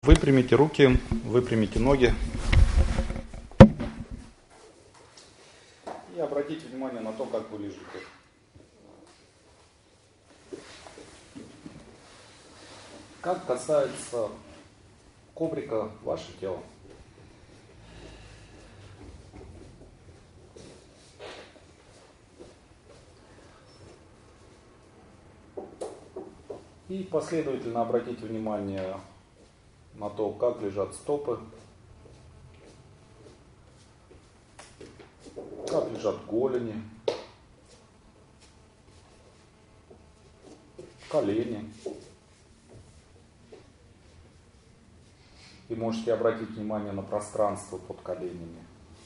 Выпрямите руки, выпрямите ноги. И обратите внимание на то, как вы лежите. Как касается коврика ваше тело. И последовательно обратите внимание на то, как лежат стопы, как лежат голени, колени. И можете обратить внимание на пространство под коленями.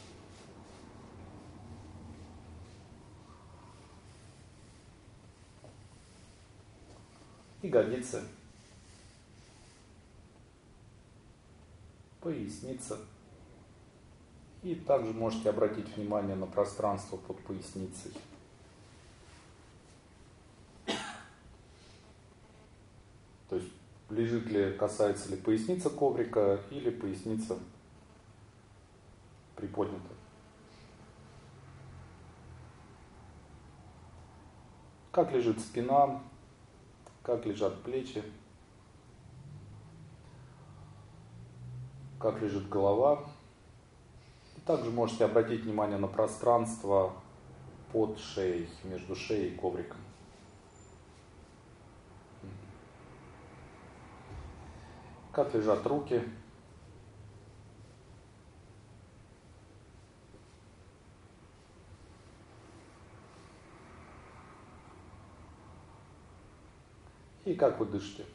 Ягодицы, поясница. И также можете обратить внимание на пространство под поясницей. То есть лежит ли, касается ли поясница коврика или поясница приподнята. Как лежит спина, как лежат плечи, как лежит голова. И также можете обратить внимание на пространство под шеей, между шеей и ковриком. Как лежат руки. И как вы дышите.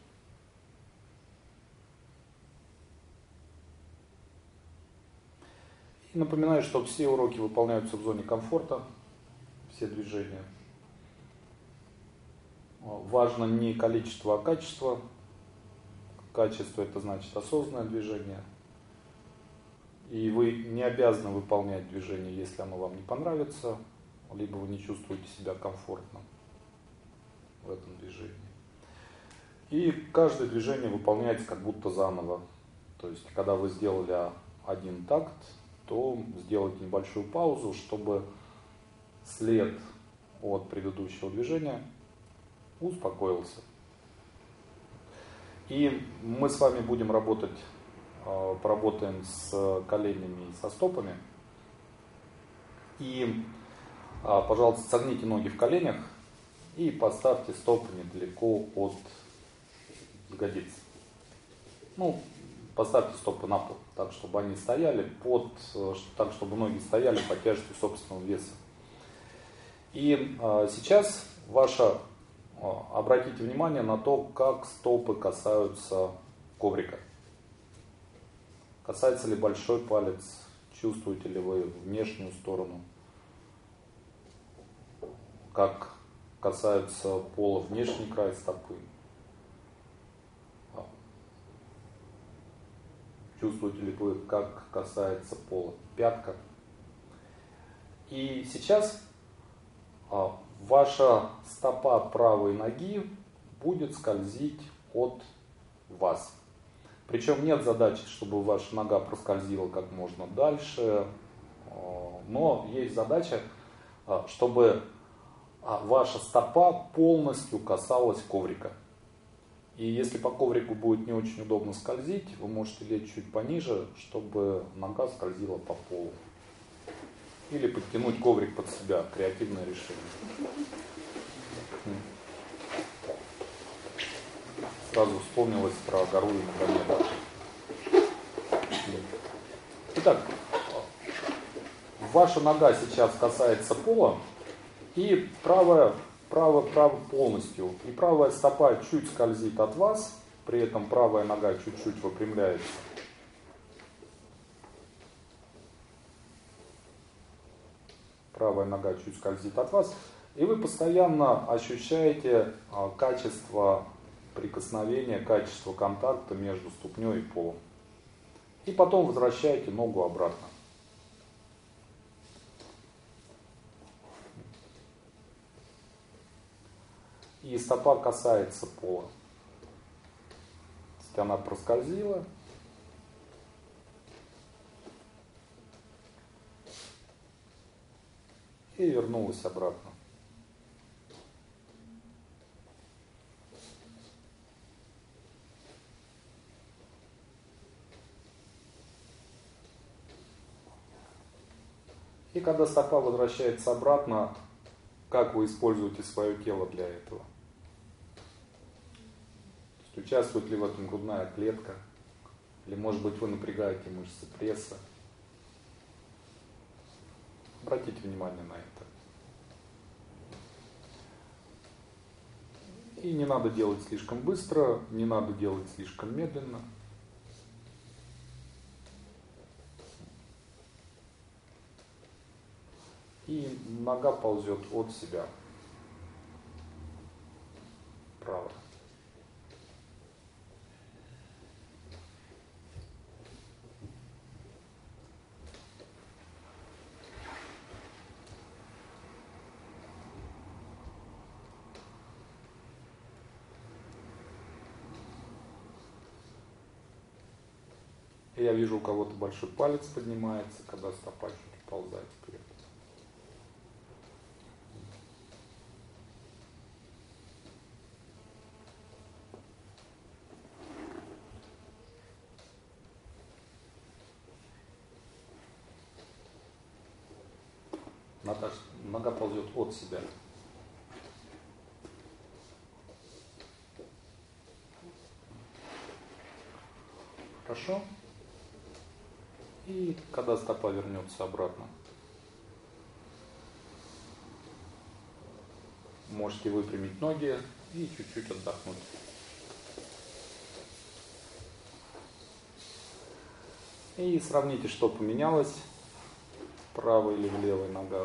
И напоминаю, что все уроки выполняются в зоне комфорта, все движения. Важно не количество, а качество. Качество — это значит осознанное движение. И вы не обязаны выполнять движение, если оно вам не понравится, либо вы не чувствуете себя комфортно в этом движении. И каждое движение выполняется как будто заново. То есть, когда вы сделали один такт, то сделайте небольшую паузу, чтобы след от предыдущего движения успокоился. И мы с вами будем поработаем с коленями и со стопами. И, пожалуйста, согните ноги в коленях и поставьте стопы недалеко от ягодиц. Поставьте стопы на пол, так, чтобы они стояли так, чтобы ноги стояли под тяжестью собственного веса. И сейчас обратите внимание на то, как стопы касаются коврика. Касается ли большой палец, чувствуете ли вы внешнюю сторону, как касается пола внешний край стопы. Чувствуете ли вы, как касается пола пятка. И сейчас ваша стопа правой ноги будет скользить от вас. Причем нет задачи, чтобы ваша нога проскользила как можно дальше, но есть задача, чтобы ваша стопа полностью касалась коврика. И если по коврику будет не очень удобно скользить, вы можете лечь чуть пониже, чтобы нога скользила по полу. Или подтянуть коврик под себя. Креативное решение. Сразу вспомнилось про гору и Магомеда. Итак, ваша нога сейчас касается пола, и правая полностью. И правая стопа чуть скользит от вас, при этом правая нога чуть-чуть выпрямляется. Правая нога чуть скользит от вас, и вы постоянно ощущаете качество прикосновения, качество контакта между ступней и полом. И потом возвращаете ногу обратно. И стопа касается пола. Если она проскользила, и вернулась обратно. И когда стопа возвращается обратно, как вы используете свое тело для этого? То есть участвует ли в этом грудная клетка? Или, может быть, вы напрягаете мышцы пресса? Обратите внимание на это. И не надо делать слишком быстро, не надо делать слишком медленно. И нога ползет от себя вправо. Я вижу, у кого-то большой палец поднимается, когда стопа чуть ползает вперед. Наташа, нога ползет от себя. Хорошо. И когда стопа вернется обратно, можете выпрямить ноги и чуть-чуть отдохнуть. И сравните, что поменялось в правой или в левой ногах.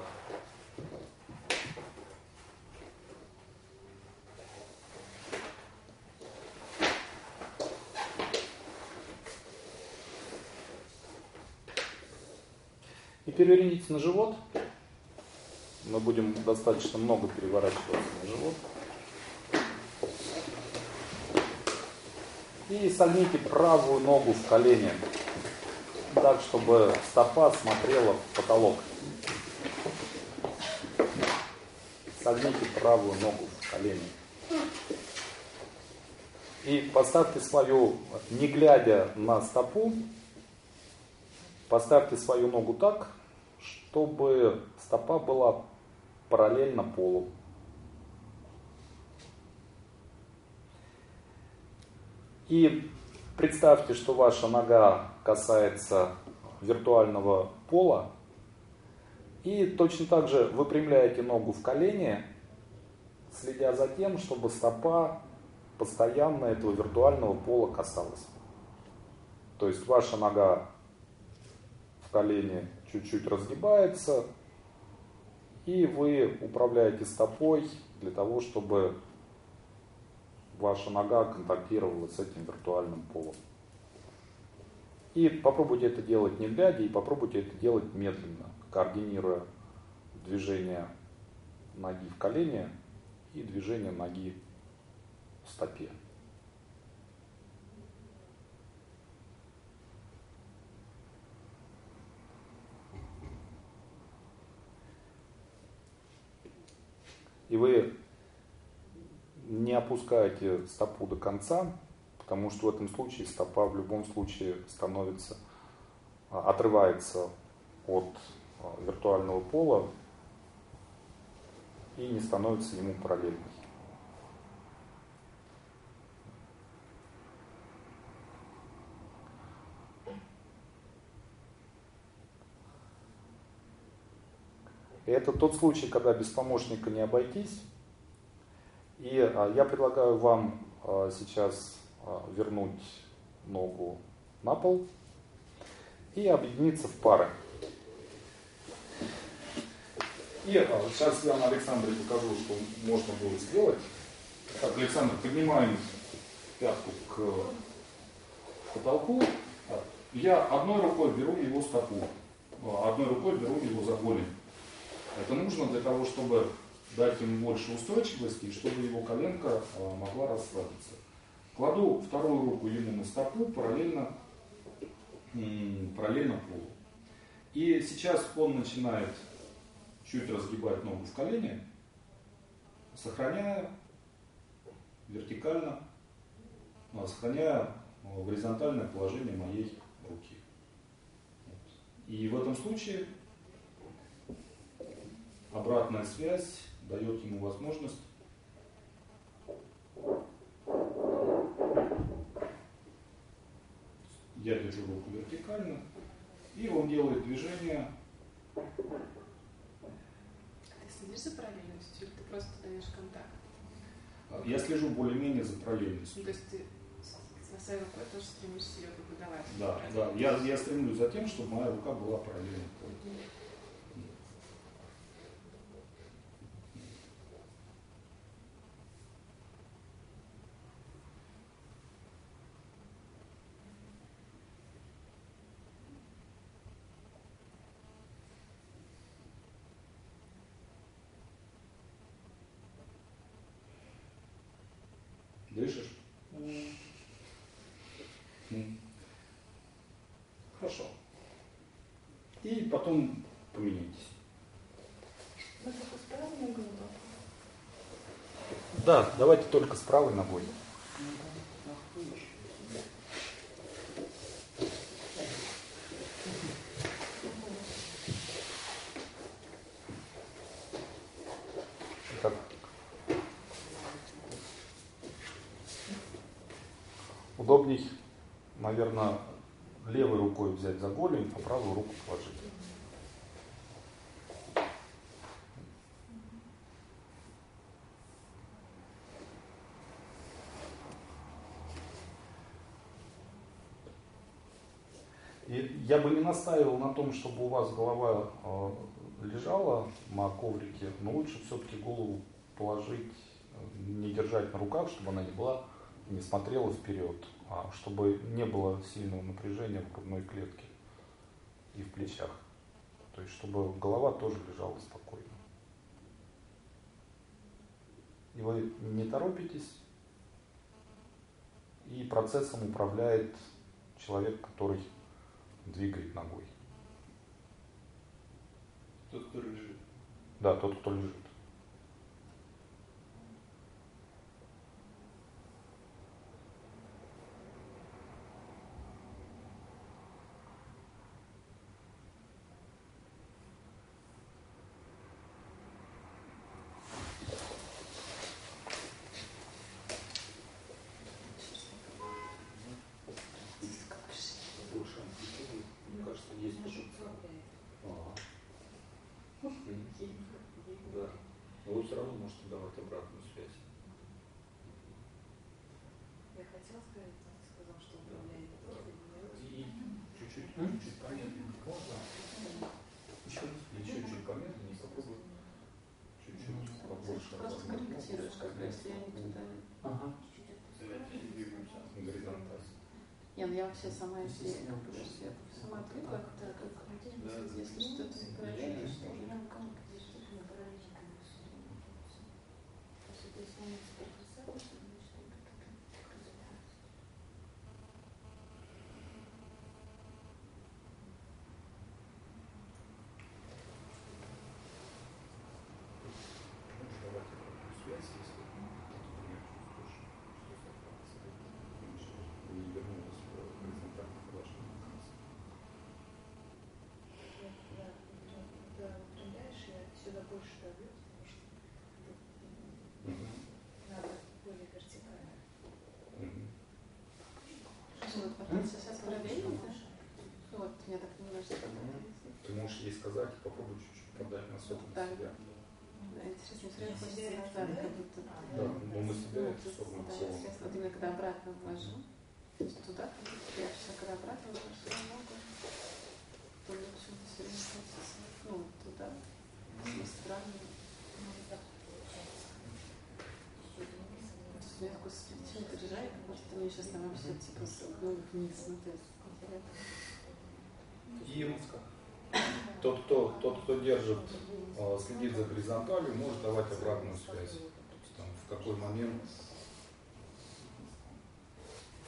И перевернитесь на живот. Мы будем достаточно много переворачиваться на живот. И согните правую ногу в колени, так, чтобы стопа смотрела в потолок. Согните правую ногу в колени. И поставьте свою, не глядя на стопу, поставьте свою ногу так, чтобы стопа была параллельно полу. И представьте, что ваша нога касается виртуального пола. И точно так же выпрямляете ногу в колени, следя за тем, чтобы стопа постоянно этого виртуального пола касалась. То есть ваша нога в колене чуть-чуть разгибается, и вы управляете стопой для того, чтобы ваша нога контактировала с этим виртуальным полом. И попробуйте это делать не глядя, и попробуйте это делать медленно, координируя движение ноги в колене и движение ноги в стопе. И вы не опускаете стопу до конца, потому что в этом случае стопа в любом случае отрывается от виртуального пола и не становится ему параллельной. И это тот случай, когда без помощника не обойтись. И я предлагаю вам сейчас вернуть ногу на пол и объединиться в пары. И сейчас я на Александре покажу, что можно было сделать. Так, Александр, поднимаем пятку к потолку. Я одной рукой беру его стопу, одной рукой беру его за голень. Это нужно для того, чтобы дать ему больше устойчивости, и чтобы его коленка могла расслабиться. Кладу вторую руку ему на стопу параллельно полу. И сейчас он начинает чуть разгибать ногу в колене, сохраняя вертикально, сохраняя горизонтальное положение моей руки. И в этом случае обратная связь дает ему возможность я держу руку вертикально, и он делает движение. Ты следишь за параллельностью или ты просто даешь контакт? Я слежу более-менее за параллельностью. То есть ты со своей рукой тоже стремишься ее выдавать? Да, да. Я стремлюсь за тем, чтобы моя рука была параллельна полу. Дышишь? Хорошо. И потом поменяйтесь. Да, давайте только с правой ногой. Так. Удобней, наверное, левой рукой взять за голень, а правую руку положить. И я бы не настаивал на том, чтобы у вас голова лежала на коврике, но лучше все-таки голову положить, не держать на руках, чтобы она не смотрела вперед, а чтобы не было сильного напряжения в грудной клетке и в плечах. То есть, чтобы голова тоже лежала спокойно. И вы не торопитесь, и процессом управляет человек, который двигает ногой. Тот, кто лежит. Да, тот, кто лежит. Вы все равно можете давать обратную связь. Я хотела сказать, но ты сказал, что управляет. И чуть-чуть помедленнее. Можно? Еще чуть помедленнее, попробуй. Чуть-чуть побольше. Просто корректируешь, как бы, если я не туда. Ага. Двигаемся горизонтально. Не, ну я вообще сама, если я сама отвыкла, так как если что-то не параллельно, что ли. Сейчас параллельно? Вот, я так понимаю, что Ты можешь ей сказать, попробуй чуть-чуть подать носок на себя. Да, интересно, все время хочется назад, как будто. Да, но на себя это согнуто. Да, естественно, вот именно когда обратно ввожу, то есть туда, как будто я сейчас когда обратно ввожу ногу, то мне почему-то все время хочется, ну, туда, странно. Я такой спичем держаю, как будто мне сейчас там вообще типа вниз смотреть. И тот, кто держит, следит за горизонталью, может давать обратную связь. То есть, там, в какой момент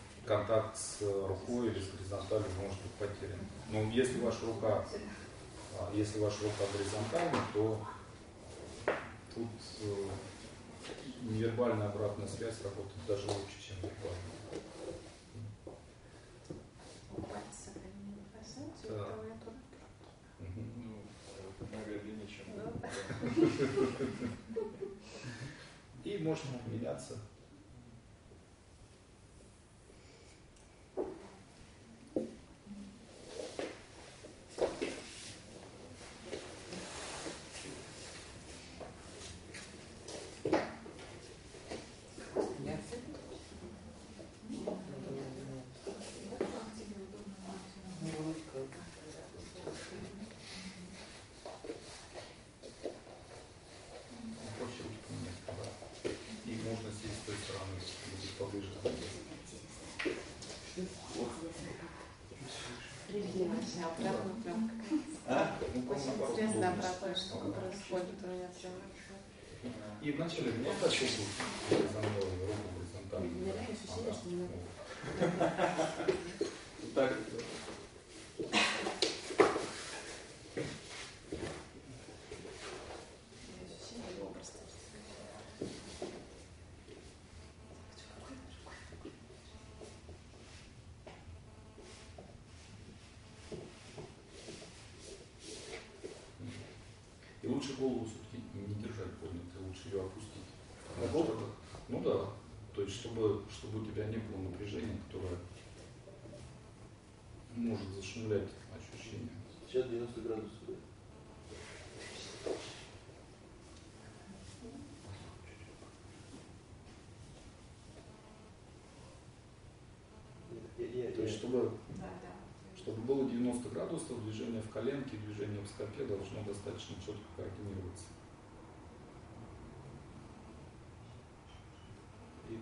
контакт с рукой или с горизонталью может быть потерян. Но если ваша рука Если ваша рука горизонтальна, то тут невербальная обратная связь работает даже лучше, чем вербальная. Пальцы они не касаются, Да. этого я тоже. Много длиннее, чем. И можно меняться. Проще руки поменять, да. И можно сесть с той стороны, будет поближе. Вообще обратно прям очень интересная обратная штука происходит у меня все. И вначале не так руку горизонтально, руку горизонтально. У меня такое ощущение, что мне Так. ощущение образ. И лучше голову все-таки не держать поднятой, лучше ее опустить. Ну да. То есть, чтобы у тебя не было напряжения, которое может зашумлять ощущения. Сейчас 90 градусов. То есть, чтобы Да. было 90 градусов, движение в коленке, движение в стопе должно достаточно четко координироваться. И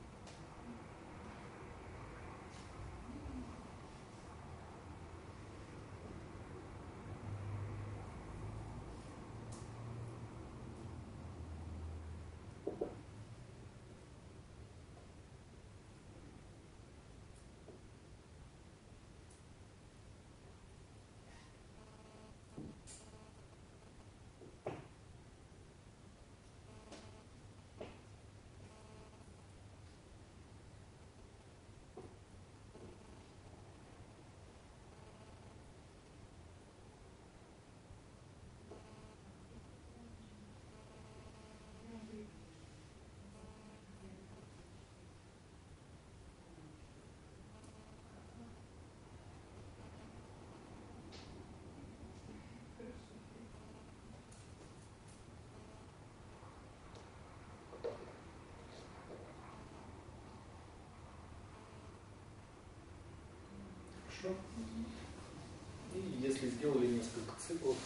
хорошо. И если сделали несколько циклов,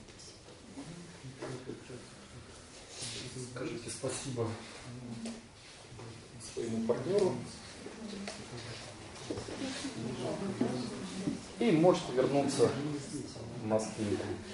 скажите спасибо своему партнеру. И можете вернуться в Москву.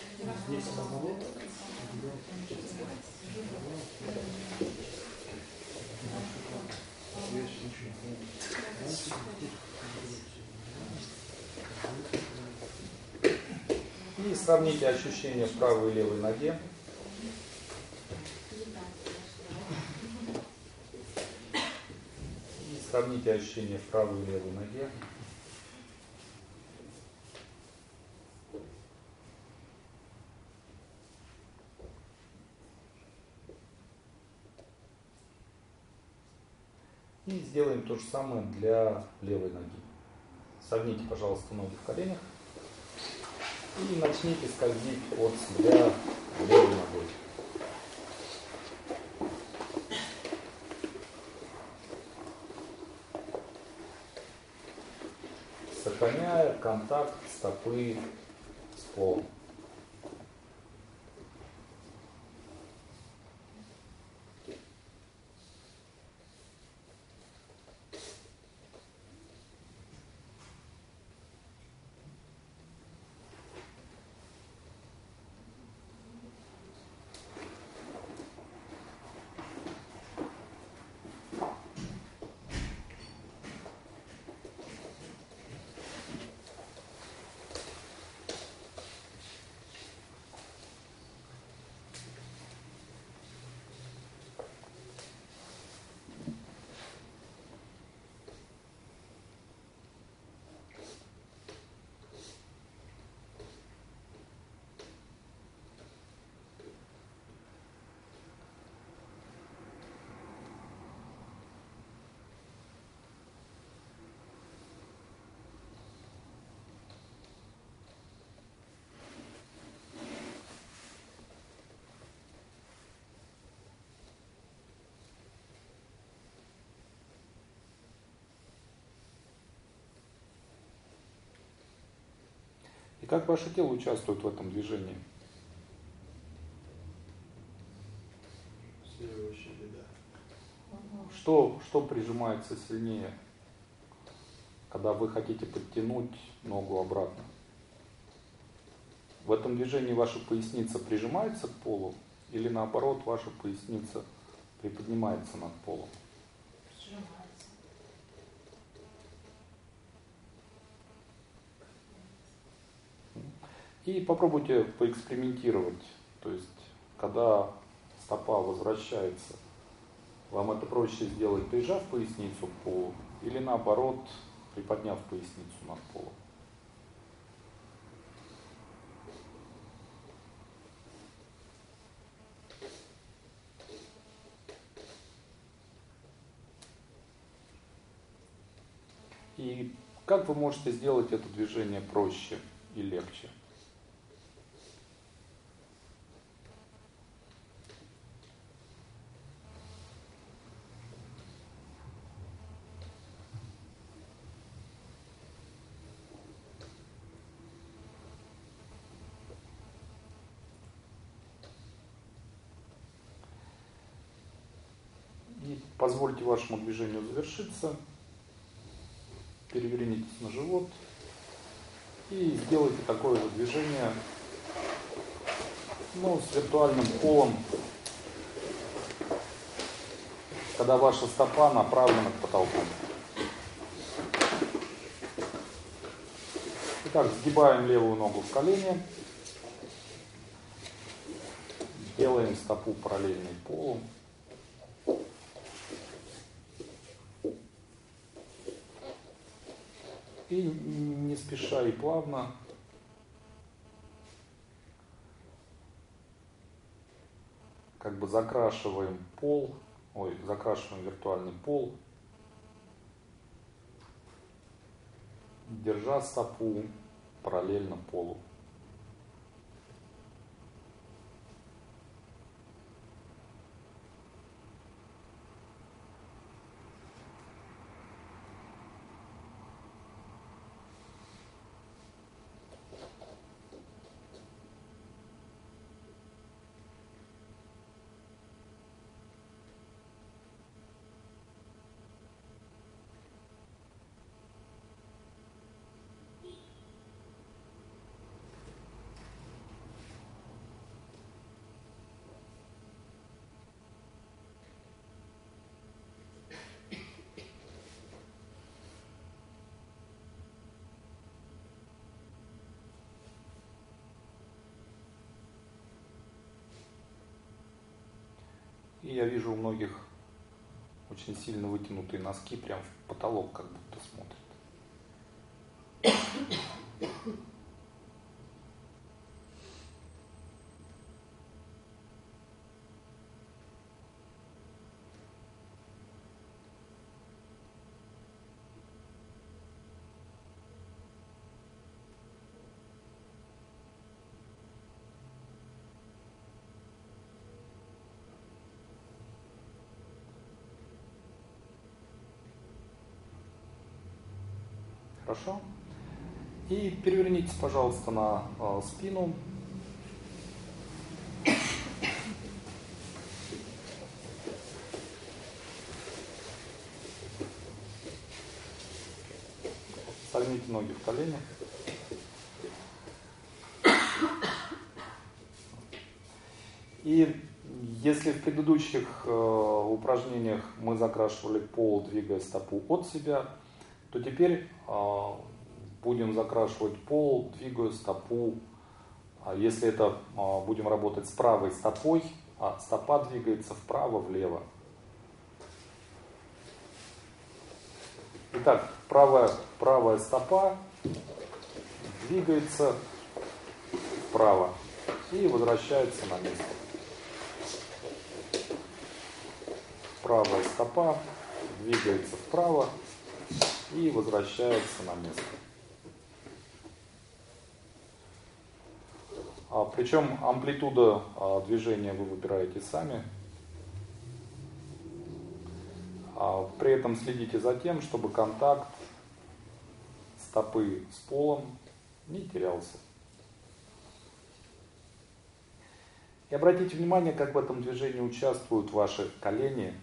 И сравните ощущения в правой и левой ноге. И сравните ощущения в правой и левой ноге. И сделаем то же самое для левой ноги. Согните, пожалуйста, ноги в коленях. И начните скользить от себя левой ногой. Сохраняя контакт стопы с полом. как ваше тело участвует в этом движении? Следующая беда. Что прижимается сильнее, когда вы хотите подтянуть ногу обратно? В этом движении ваша поясница прижимается к полу или наоборот ваша поясница приподнимается над полом? Сжимается. И попробуйте поэкспериментировать. То есть, когда стопа возвращается, вам это проще сделать, прижав поясницу к полу, или наоборот, приподняв поясницу над полом. И как вы можете сделать это движение проще и легче? И позвольте вашему движению завершиться. Перевернитесь на живот и сделайте такое же движение, с виртуальным полом, когда ваша стопа направлена к потолку. Итак, сгибаем левую ногу в колене, делаем стопу параллельной полу. И не спеша и плавно закрашиваем закрашиваем виртуальный пол, держа стопу параллельно полу. И я вижу у многих очень сильно вытянутые носки, прям в потолок как будто смотрят. Хорошо? И перевернитесь, пожалуйста, на спину. Согните ноги в колени. И если в предыдущих упражнениях мы закрашивали пол, двигая стопу от себя, то теперь будем закрашивать пол, двигая стопу. Если это будем работать с правой стопой, а стопа двигается вправо-влево. Итак, правая стопа двигается вправо и возвращается на место. Правая стопа двигается вправо и возвращается на место. Причем амплитуда движения вы выбираете сами. При этом следите за тем, чтобы контакт стопы с полом не терялся. И обратите внимание, как в этом движении участвуют ваши колени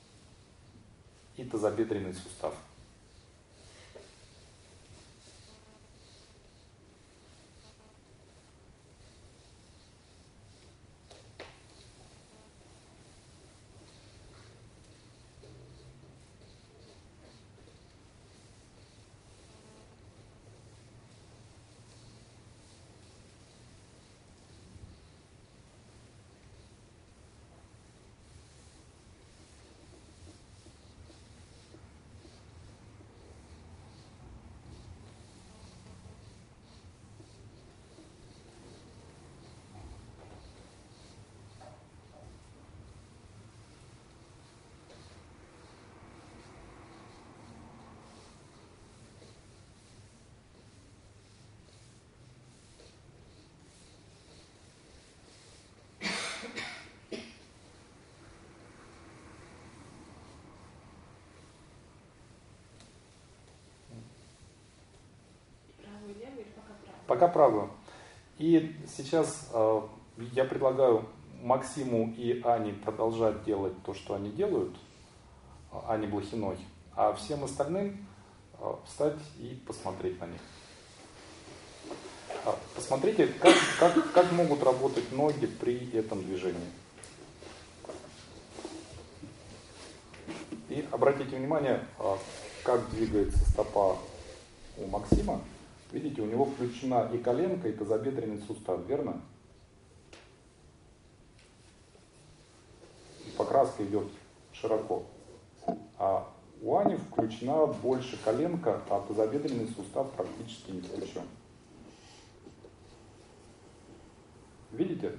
и тазобедренный сустав. Правую, левую или пока правую? Пока правую. И сейчас я предлагаю Максиму и Ане продолжать делать то, что они делают, Ане Блохиной, а всем остальным встать и посмотреть на них. Посмотрите, как могут работать ноги при этом движении. И обратите внимание, как двигается стопа у Максима. Видите, у него включена и коленка, и тазобедренный сустав, верно? И покраска идет широко. А у Ани включена больше коленка, а тазобедренный сустав практически не включен. Видите?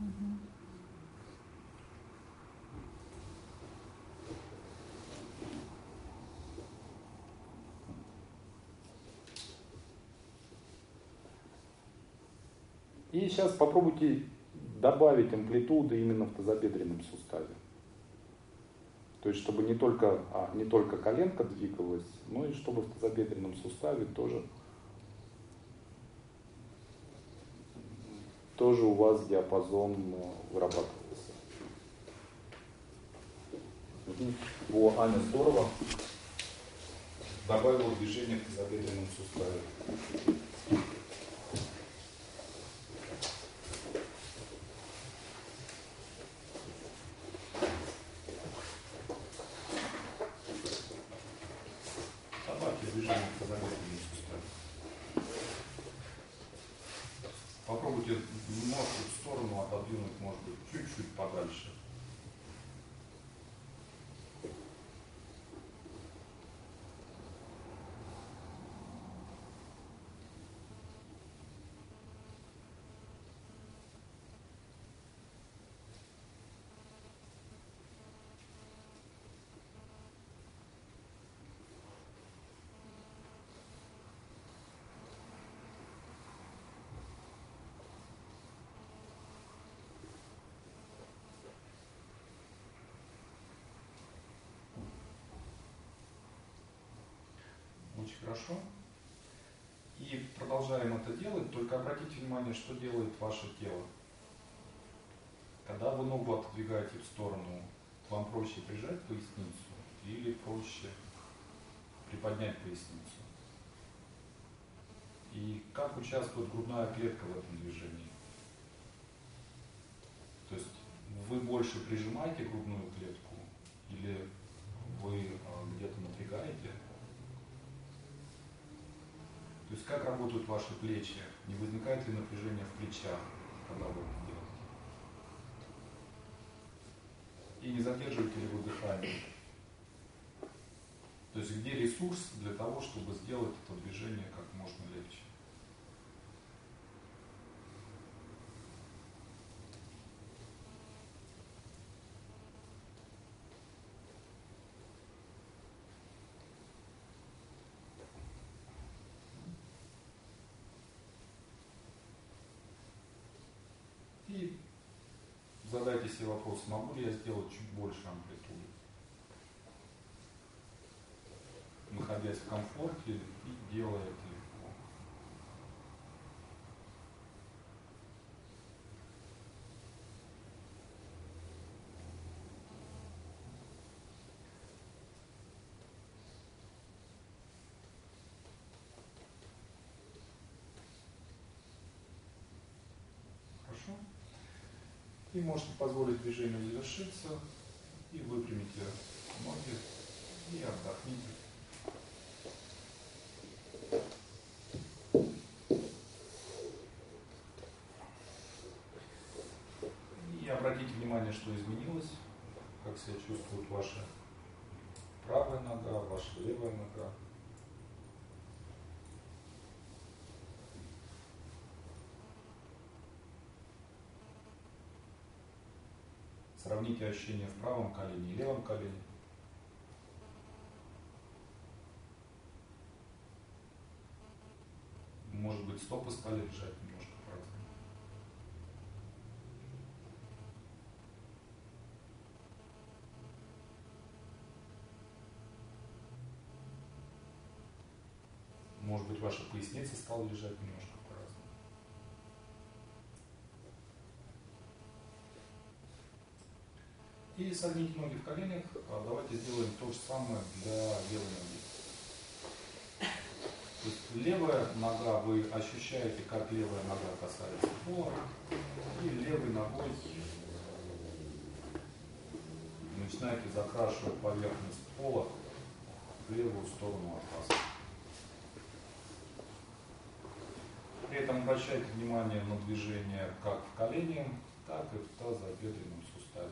И сейчас попробуйте добавить амплитуды именно в тазобедренном суставе. То есть, чтобы не только коленка двигалась, но и чтобы в тазобедренном суставе тоже у вас диапазон вырабатывался. О, Аня, здорово. Добавила движение к тазобедренному суставе. Добавьте движение к тазобедренному суставу. Попробуйте немножко в сторону отодвинуть, может быть, чуть-чуть подальше. Очень хорошо. И продолжаем это делать, только обратите внимание, что делает ваше тело. Когда вы ногу отодвигаете в сторону, вам проще прижать поясницу или проще приподнять поясницу? И как участвует грудная клетка в этом движении? То есть вы больше прижимаете грудную клетку или вы где-то напрягаете? То есть как работают ваши плечи? Не возникает ли напряжение в плечах, когда вы это делаете? И не задерживаете ли вы дыхание? То есть где ресурс для того, чтобы сделать это движение как можно легче? И задайте себе вопрос, могу ли я сделать чуть больше амплитуды, находясь в комфорте и делая это легко. И можете позволить движению завершиться. И выпрямите ноги и отдохните. И обратите внимание, что изменилось, как себя чувствует ваша правая нога, ваша левая нога. Сравните ощущения в правом колене и левом колене. Может быть, стопы стали лежать немножко по-разному. Может быть, ваша поясница стала лежать немножко по-разному. И согните ноги в коленях. Давайте сделаем то же самое для левой ноги. То есть левая нога, вы ощущаете, как левая нога касается пола, и левой ногой начинаете закрашивать поверхность пола в левую сторону от вас. При этом обращайте внимание на движение как в колене, так и в тазобедренном суставе.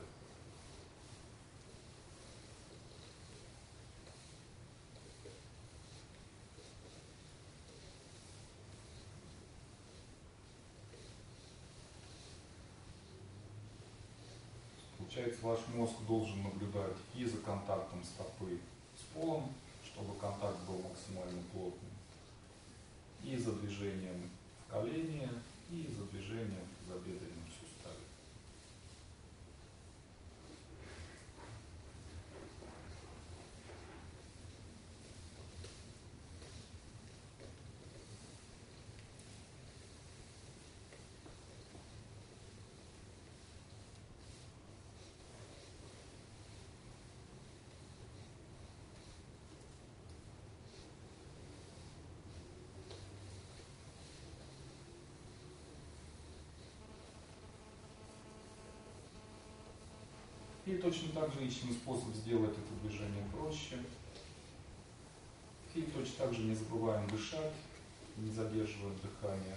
Получается, ваш мозг должен наблюдать и за контактом стопы с полом, чтобы контакт был максимально плотным, и за движением в колене, и за движением в тазобедренном суставе. И точно так же ищем способ сделать это движение проще. И точно так же не забываем дышать, не задерживаем дыхание.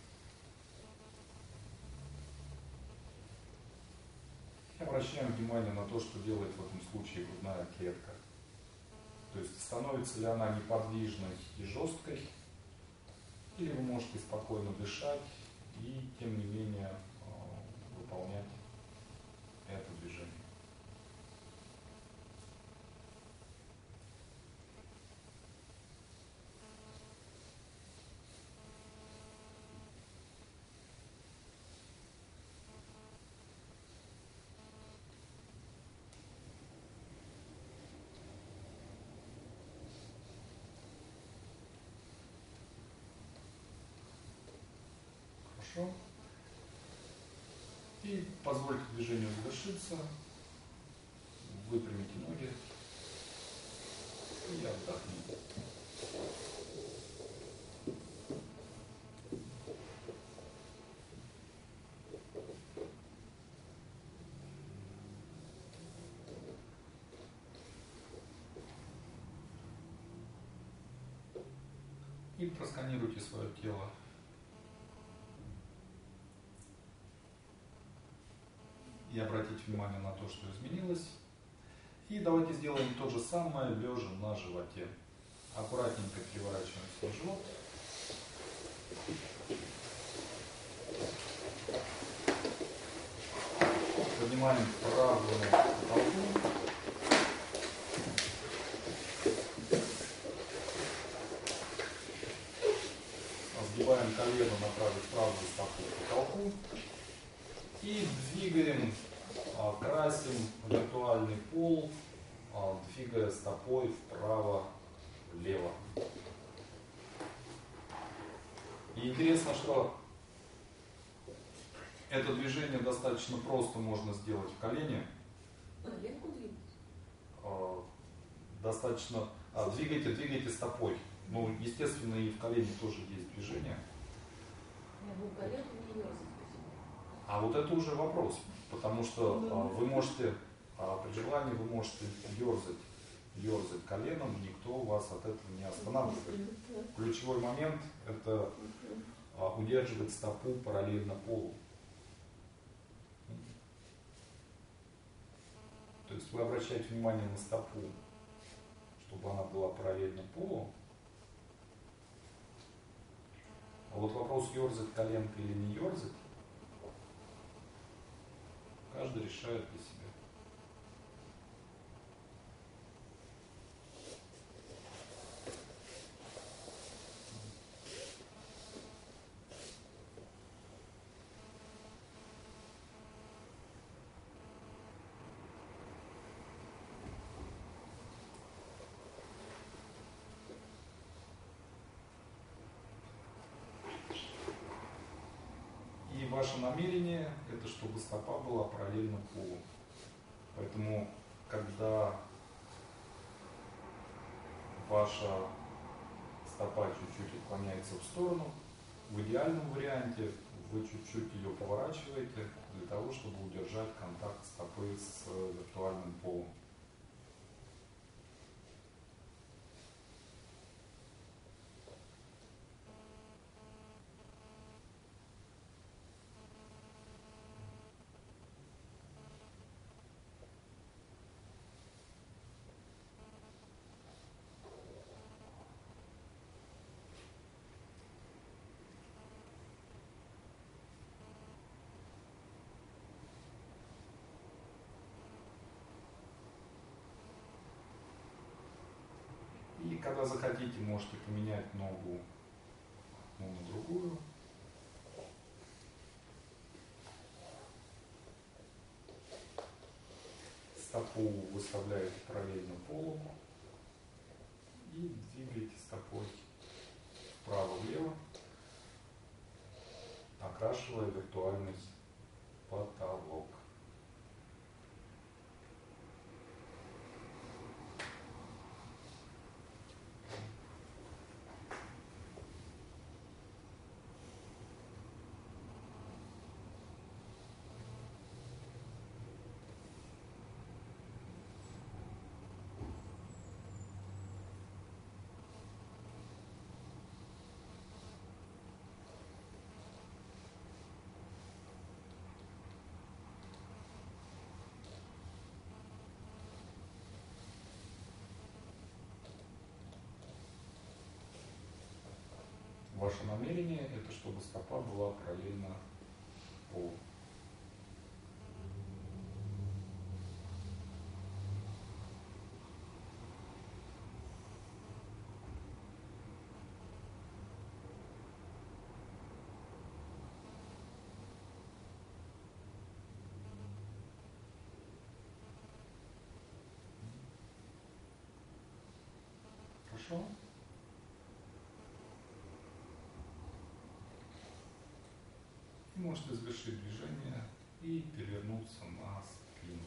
И обращаем внимание на то, что делает в этом случае грудная клетка. То есть становится ли она неподвижной и жесткой, или вы можете спокойно дышать и тем не менее выполнять это движение. Хорошо. И позвольте движению завершиться. Выпрямите ноги и отдохните. И просканируйте свое тело. И обратите внимание на то, что изменилось. И давайте сделаем то же самое, лежа на животе. Аккуратненько переворачиваем свой живот. Поднимаем правую ногу к потолку. Сгибаем колено, направив правую стопу к потолку. И двигаем, красим виртуальный пол, двигая стопой вправо-влево. И интересно, что это движение достаточно просто можно сделать в колене. Достаточно. Двигайте стопой. Ну, естественно, и в колене тоже есть движение. А вот это уже вопрос, потому что вы можете, при желании вы можете ерзать коленом, никто вас от этого не останавливает. Ключевой момент – это удерживать стопу параллельно полу. То есть вы обращаете внимание на стопу, чтобы она была параллельно полу. А вот вопрос, ерзать коленкой или не ерзать, каждый решает для себя. И ваше намерение – это чтобы стопа была параллельно полу. Поэтому, когда ваша стопа чуть-чуть отклоняется в сторону, в идеальном варианте вы чуть-чуть ее поворачиваете для того, чтобы удержать контакт стопы с виртуальным полом. И когда захотите, можете поменять ногу одну на другую. Стопу выставляете параллельно полу и двигаете стопой вправо-влево, окрашивая виртуальный потолок. Ваше намерение – это чтобы стопа была параллельно полу. Хорошо? Можете завершить движение и перевернуться на спину.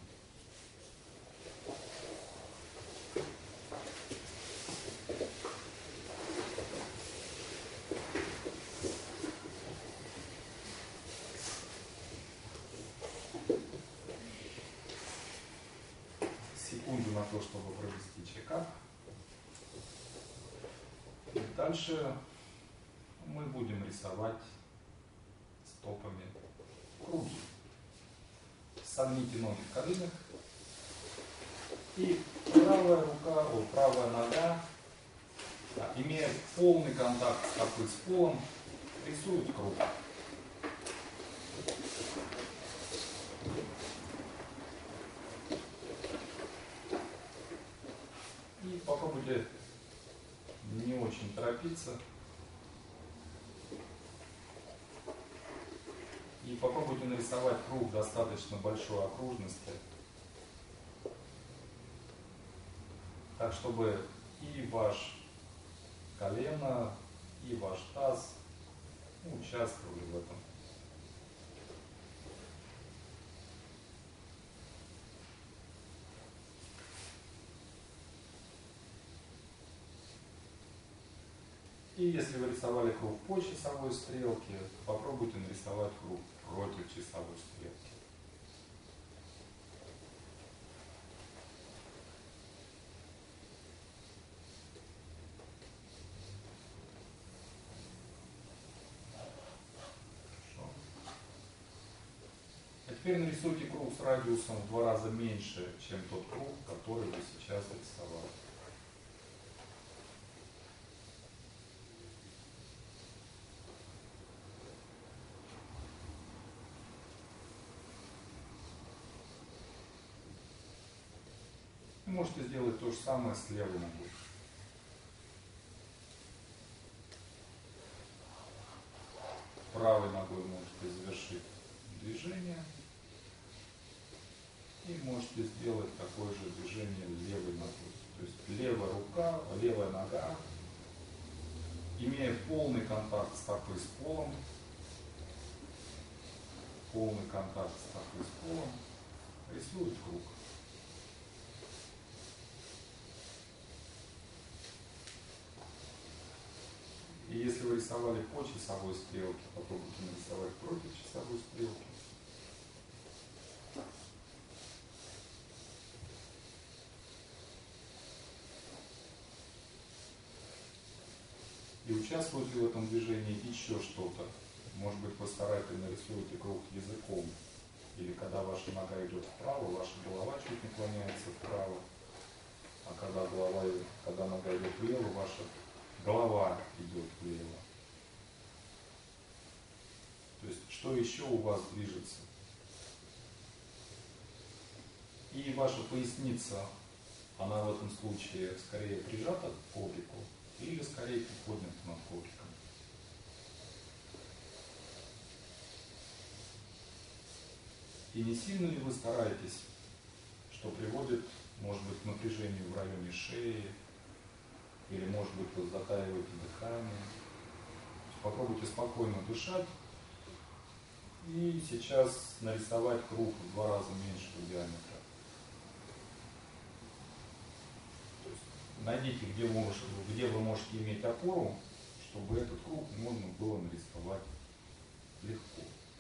Секунду на то, чтобы провести чекап. Дальше мы будем рисовать стопами круги. Согните ноги в коленях. И правая нога, имея полный контакт стопы с полом, рисует круг. И попробуйте не очень торопиться. И попробуйте нарисовать круг достаточно большой окружности, так чтобы и ваш колено, и ваш таз участвовали в этом. И И если вы рисовали круг по часовой стрелке, попробуйте нарисовать круг против часовой стрелки. Хорошо. А теперь нарисуйте круг с радиусом в 2 раза меньше, чем тот круг, который вы сейчас рисовали. Вы можете сделать то же самое с левой ногой. Правой ногой можете завершить движение. И можете сделать такое же движение левой ногой. То есть левая рука, левая нога, имея полный контакт стопы с полом, рисует круг. И если вы рисовали по часовой стрелке, попробуйте нарисовать против часовой стрелки. И участвует ли в этом движении еще что-то? Может быть, вы старательно рисуете круг языком, или когда ваша нога идет вправо, ваша голова чуть наклоняется вправо, а когда нога идет влево, ваша голова идет влево. То есть, что еще у вас движется? И ваша поясница, она в этом случае скорее прижата к коврику или скорее приподнята над ковриком. И не сильно ли вы стараетесь, что приводит, может быть, к напряжению в районе шеи, или, может быть, вы затаиваете дыхание. Попробуйте спокойно дышать и сейчас нарисовать круг в 2 раза меньшего диаметра. То есть найдите, где вы можете иметь опору, чтобы этот круг можно было нарисовать легко.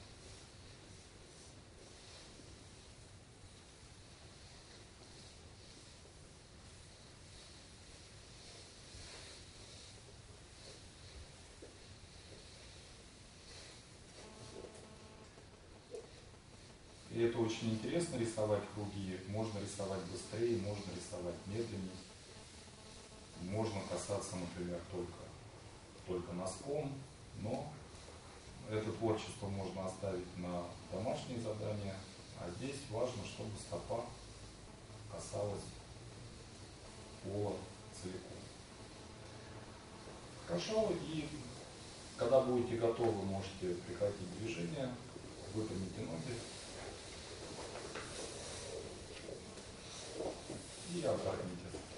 И это очень интересно рисовать круги. Можно рисовать быстрее, можно рисовать медленнее. Можно касаться, например, только носком, но это творчество можно оставить на домашние задания. А здесь важно, чтобы стопа касалась пола целиком. Хорошо, и когда будете готовы, можете прекратить движение, выпрямите ноги. И отдохните.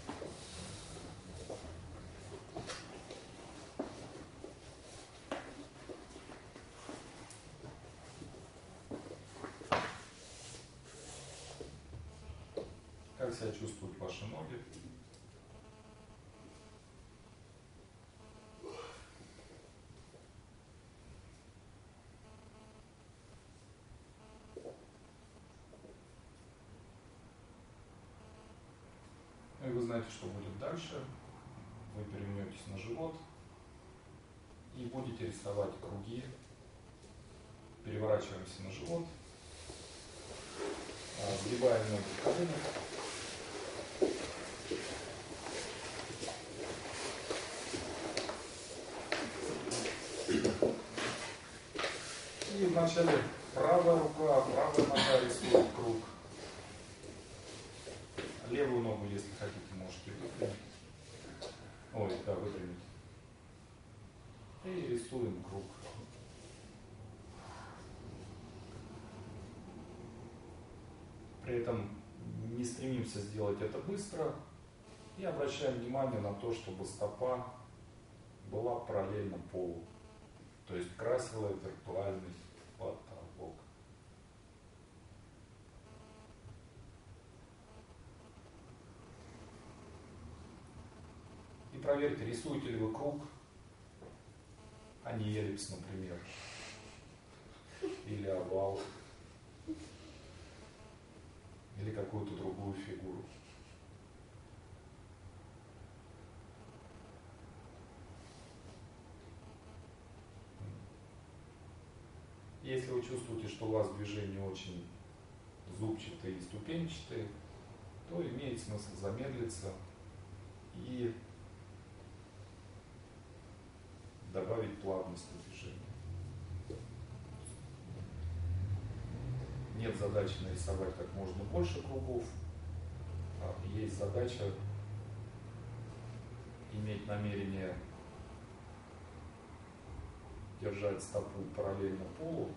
Как себя чувствуют ваши ноги? Ну и вы знаете, что будет дальше. Вы перевернетесь на живот и будете рисовать круги. Переворачиваемся на живот, сгибаем ноги в коленях. И вначале правая рука, правая нога рисует круг. Левую ногу, если хотите, можете выпрямить. Выпрямить. И рисуем круг. При этом не стремимся сделать это быстро и обращаем внимание на то, чтобы стопа была параллельно полу. То есть красила виртуальный потолок. И проверьте, рисуете ли вы круг а не эллипс, например, или овал, или какую-то другую фигуру. Если вы чувствуете, что у вас движения очень зубчатые и ступенчатые, то имеет смысл замедлиться и добавить плавность в движение. Нет задачи нарисовать как можно больше кругов, а есть задача иметь намерение держать стопу параллельно полу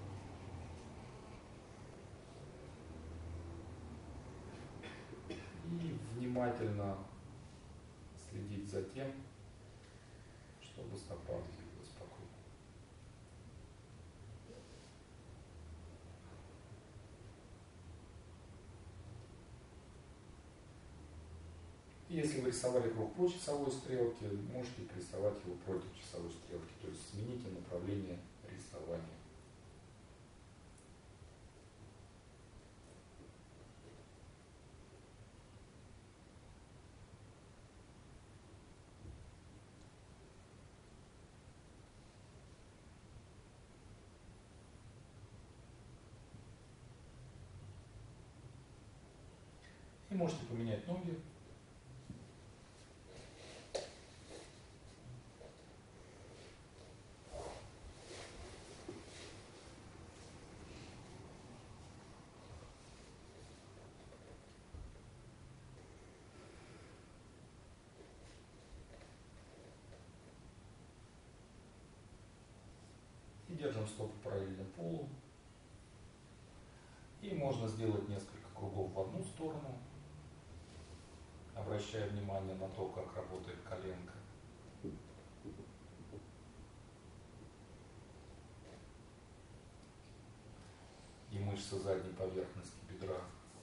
и внимательно следить за тем, чтобы стопа двигалась по кругу. Если вы рисовали круг по часовой стрелке, можете рисовать его против часовой стрелки, то есть смените направление рисования. И можете поменять ноги. И держим стопу параллельно полу. И можно сделать несколько кругов в одну сторону, обращая внимание на то, как работает коленка. И мышцы задней поверхности бедра.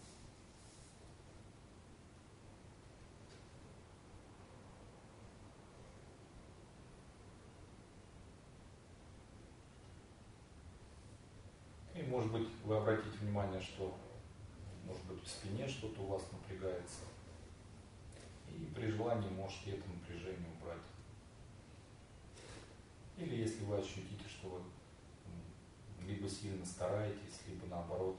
И может быть вы обратите внимание, что может быть в спине что-то у вас напрягается. И при желании можете это напряжение убрать. Или если вы ощутите, что вы либо сильно стараетесь, либо наоборот.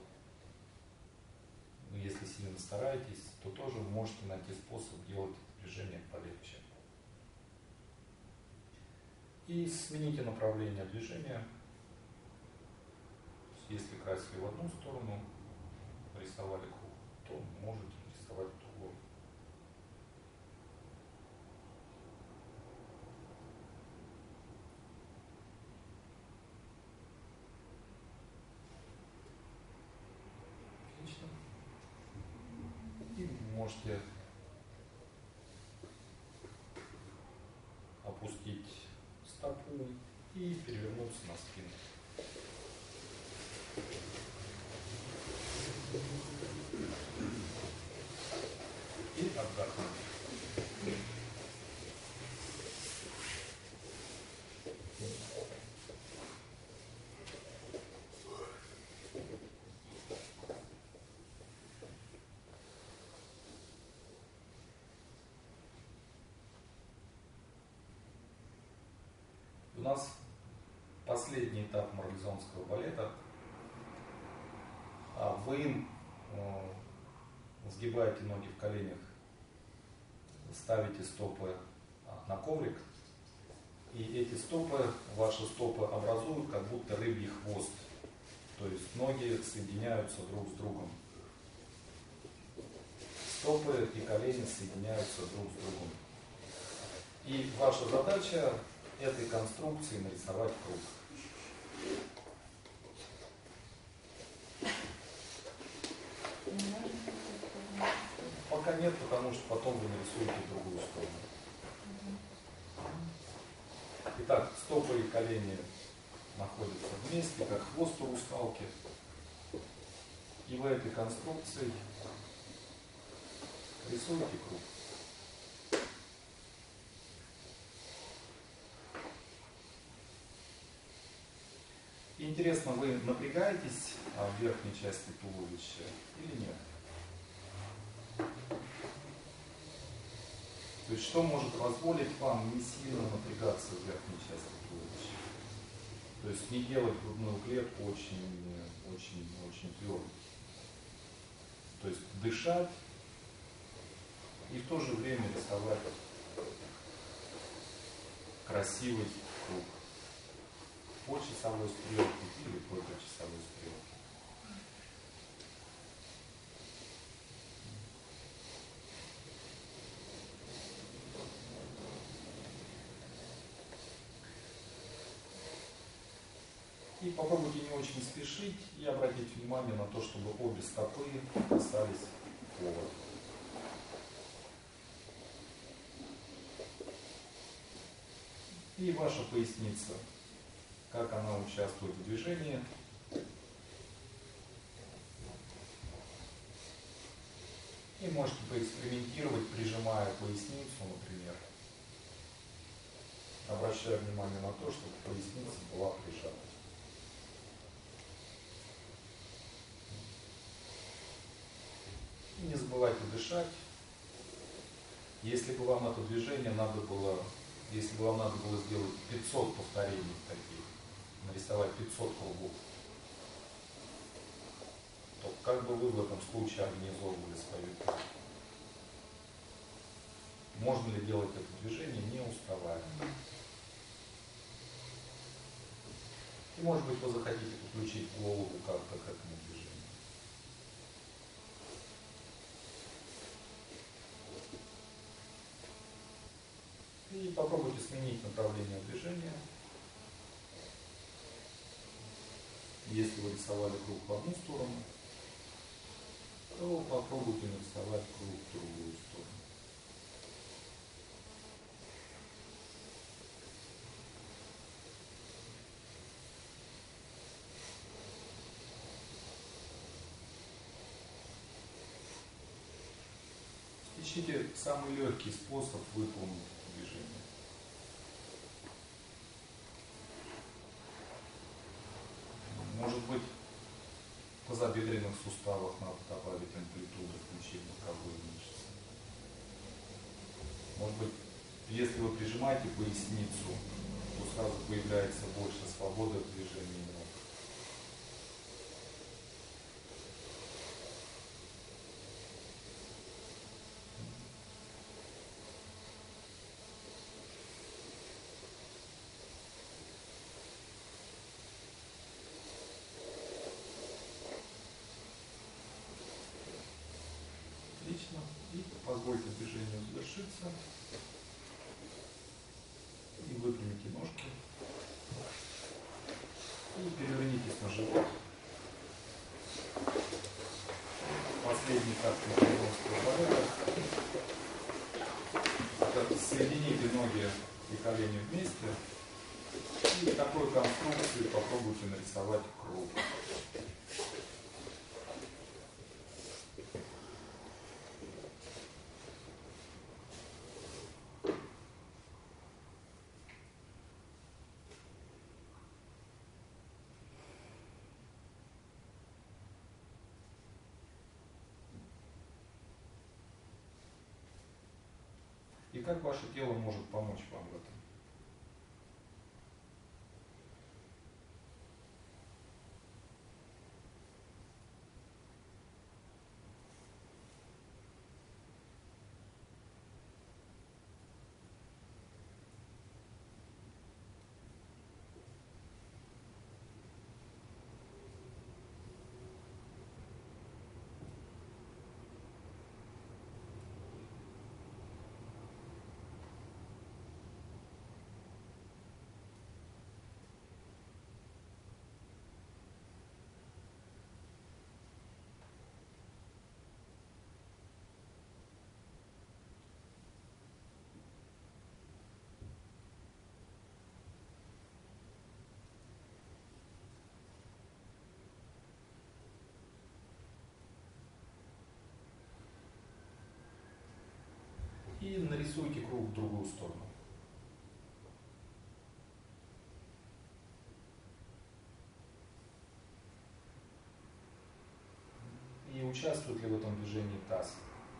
Но если сильно стараетесь, то тоже вы можете найти способ делать это движение полегче. И смените направление движения. Если красили в одну сторону, рисовали круг, то можете рисовать в другую. Отлично. И можете опустить стопу и перевернуться на спину. И отдохнуть. У нас последний этап марлезонского балета. Вы сгибаете ноги в коленях, ставите стопы на коврик, и эти стопы, ваши стопы образуют как будто рыбий хвост. То есть ноги соединяются друг с другом. Стопы и колени соединяются друг с другом. И ваша задача этой конструкции нарисовать круг. Пока нет, потому что потом вы нарисуете другую сторону. Итак, стопы и колени находятся вместе, как хвост у русалки. И в этой конструкции рисуйте круг. Интересно, вы напрягаетесь в верхней части туловища или нет? То есть что может позволить вам не сильно напрягаться в верхней части туловища? То есть не делать грудную клетку очень твердой. То есть дышать и в то же время рисовать красивый круг по часовой стрелке или только часовой стрелке. И попробуйте не очень спешить и обратить внимание на то, чтобы обе стопы касались пола. И ваша поясница, как она участвует в движении. И можете поэкспериментировать, прижимая поясницу, например, обращая внимание на то, чтобы поясница была прижата. И не забывайте дышать. Если бы вам это движение надо было сделать 500 повторений таких, нарисовать 500 кругов, то как бы вы в этом случае организовывали свою жизнь? Можно ли делать это движение, не уставая? И может быть вы захотите подключить голову как-то к этому движению. И попробуйте сменить направление движения. Если вы рисовали круг в одну сторону, то попробуйте нарисовать круг в другую сторону. Ищите самый легкий способ выполнить движение. Может быть, в тазобедренных суставах надо добавить амплитуду, включить боковые мышцы. Может быть, если вы прижимаете поясницу, то сразу появляется больше свободы в движении ног. Отлично. И позвольте движению завершиться. И выпрямите ножки. И перевернитесь на живот. Последний картинг переносного порядка. Соедините ноги и колени вместе. И в такой конструкции попробуйте нарисовать круг. И как ваше тело может помочь вам в этом? И нарисуйте круг в другую сторону. участвует ли в этом движении таз.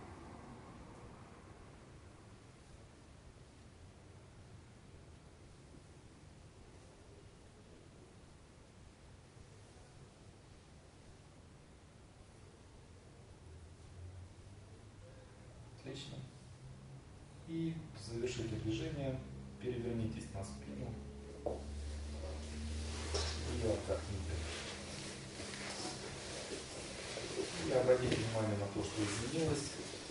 Отлично. И завершите движение, перевернитесь на спину и отдохните. И обратите внимание на то, что изменилось.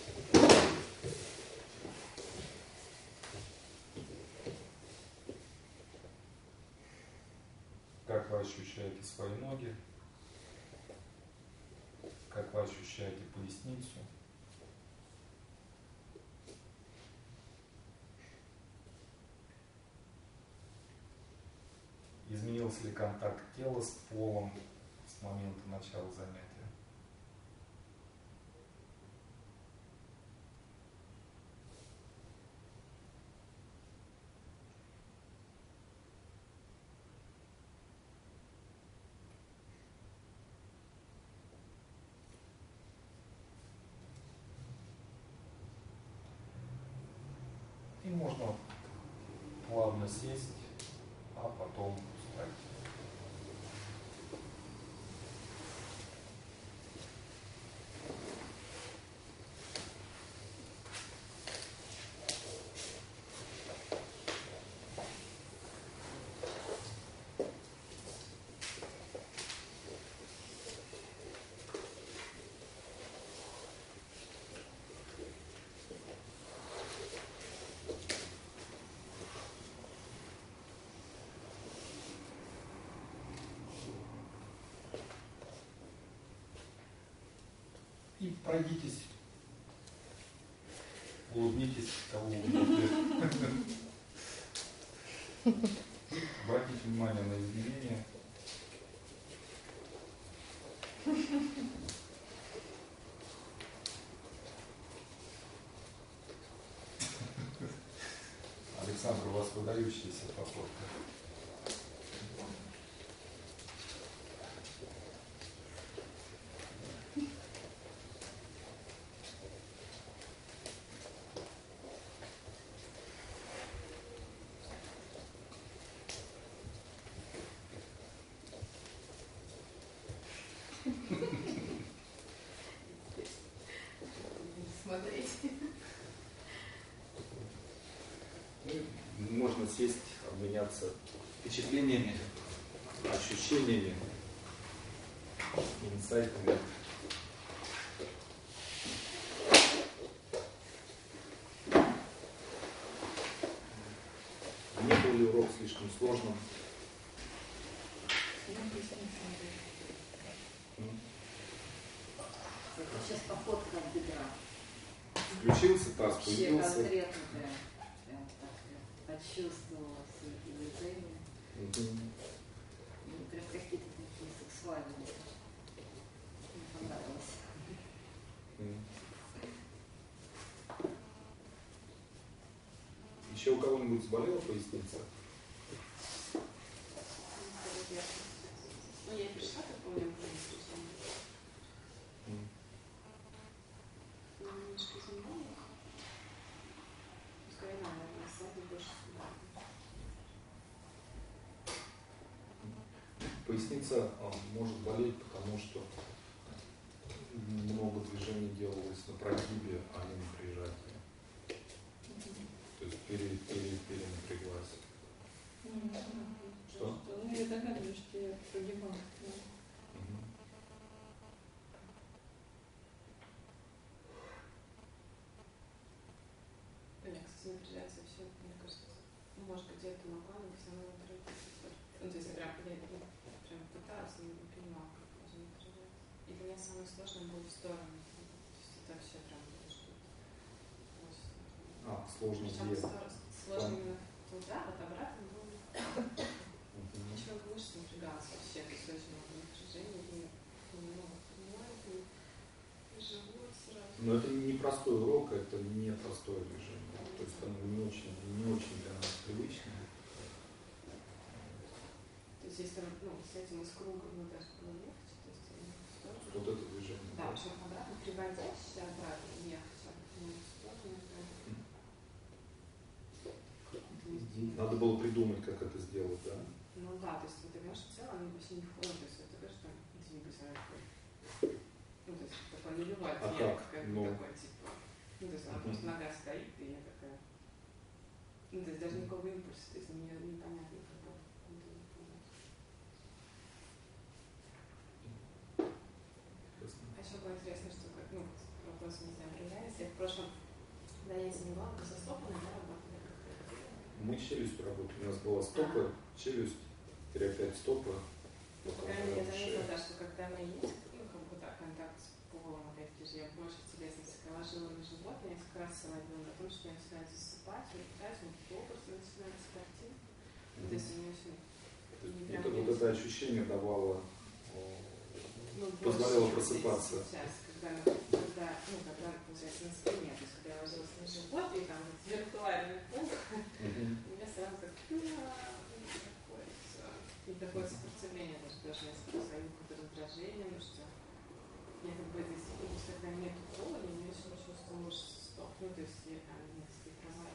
Как вы ощущаете свои ноги, как вы ощущаете поясницу. Изменился ли контакт тела с полом с момента начала занятия? И можно плавно сесть, а потом встать. И пройдитесь, улыбнитесь, кого вы любите. Обратите внимание на изменения. Александр, у вас выдающаяся походка. Можно сесть, обменяться впечатлениями, ощущениями, инсайтами. Не был ли урок слишком сложным? Сейчас походка от бедра. Включился таз, Вообще появился. конкретно прям так почувствовала все эти движения. И прям какие-то такие сексуальные. Мне понравилось. Еще у кого-нибудь заболела поясница? Ну, я пришла, так помню, немножко изменилось. Скорее, наверное, сзади больше сюда. Поясница может болеть, потому что много движений делалось на прогибе, а не на прижатии. То есть перенапряглась. Что? Ну, я догадываюсь, что я прогибала. У меня, кстати, напряжается все, мне кажется, ну, может, где-то на плане все равно напрягается. Ну, то есть я прям пыталась, но не понимала, как можно напрягаться. И для меня самое сложное было в сторону. То есть это вообще прям что-то. Сложно Причем где? сложно именно туда, вот обратно было. Еще мышцы напрягалась вообще, то есть очень много напряжения, и немного понимаю, и живот сразу. Но это не простой урок, это не простое движение. То есть оно не очень для нас привычное. То есть если с этим из круга, ну, даже было легче, то есть в сторону. Вот это движение. Да, причем обратно, приводящее обратно, легче. Надо было придумать, как это сделать, да? Ну да, то есть вот ты понимаешь, в целом они вообще не входят, то есть вот ты говоришь, там двигайся, ну то есть такой нулевой ответ, как бы такой, типа, ну то есть она просто нога стоит, и я такая, ну то есть даже никакого импульса, то есть непонятно, как бы, А еще было интересно, что, ну, вопрос, не знаю, проявляется, я в прошлом занятии не была, со стопами, да, работали как-то. Мы челюстью работали, у нас была стопа, челюсть, 3-5 стопы. Ну, по крайней мере, я заметила, да, что когда у меня есть, ну, как бы, да, контакт с полом, опять-таки же, я больше телесности положила на живот, я несколько раз ловила на том, что я начинаю засыпать, я пытаюсь, вот образ начинается картинка. То есть у меня очень... Вот это ощущение давало, позволяло просыпаться. Сейчас, когда, получается, на спине, то есть когда я ложилась на живот, и там вот виртуальный пол, у меня сразу так, и такое сопротивление даже несколько своим раздражением, что я как бы здесь, когда нет пола, я не очень чувствую стоп, ну то есть я там несколько права,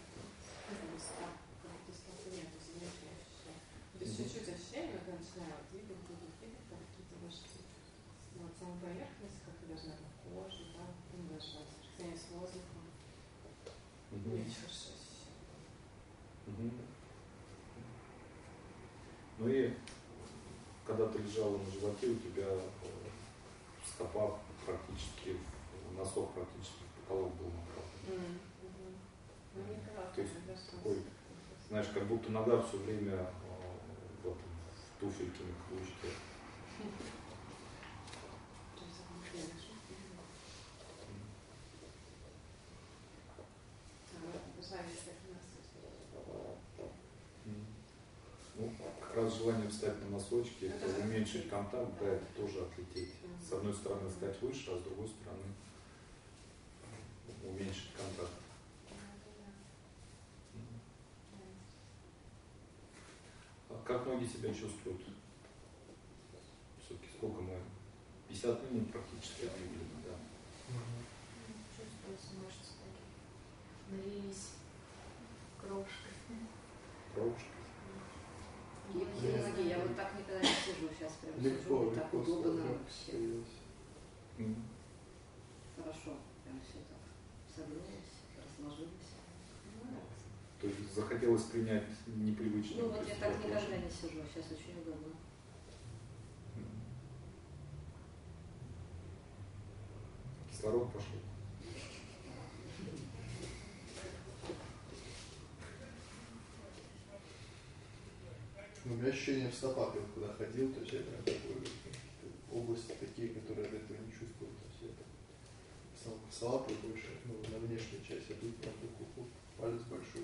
как будто стопа нет, то есть я очень ощущаю. То есть чуть-чуть ощущение, когда начинаю двигать, там какие-то мышцы. Вот сама поверхность, как даже на коже, да, ну даже соприкосновение с воздухом. Я очень хорошо ощущаю. Ну и когда ты лежала на животе, у тебя стопа практически, носок практически в потолок был направлен. То есть такой, знаешь, как будто нога все время в туфельке на каблучке. Ну, как раз желание встать на носочки, это уменьшить контакт, да, это тоже отлететь. С одной стороны стать выше, а с другой стороны уменьшить контакт. А как ноги себя чувствуют? Все-таки сколько мы? 50 минут практически отъявлены, да. Чувствуются мышцы налились крошкой. Кровушка. Гибкие ноги, я вот так никогда не сижу, сейчас прям Легко, сижу, вот так легко удобно стало, вообще. Хорошо, прям все так согнулось, разложилось. То есть захотелось принять непривычную. Ну вот я так никогда не сижу, сейчас очень удобно. Кислород пошел. У меня ощущение в стопах, я куда ходил, то есть я прям такой, области такие, которые от этого не чувствую. То есть я сам косолапый больше, ну, на внешней части, а тут прям такой палец большой.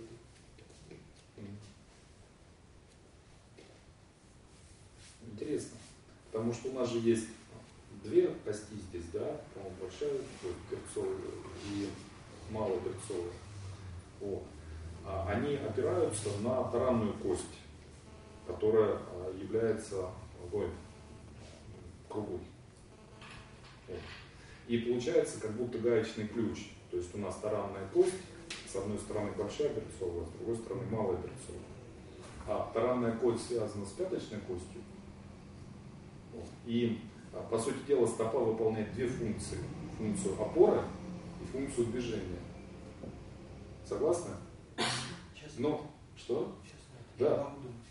Интересно. Потому что у нас же есть две кости здесь, да, по-моему, большая, берцовая и малоберцовая. Вот. Они опираются на таранную кость, которая является круглой. Вот. И получается как будто гаечный ключ. То есть у нас таранная кость, с одной стороны большая берцовая, с другой стороны малая берцовая. А таранная кость связана с пяточной костью. Вот. И, по сути дела, стопа выполняет две функции. Функцию опоры и функцию движения. Согласны? Ну, что? Да.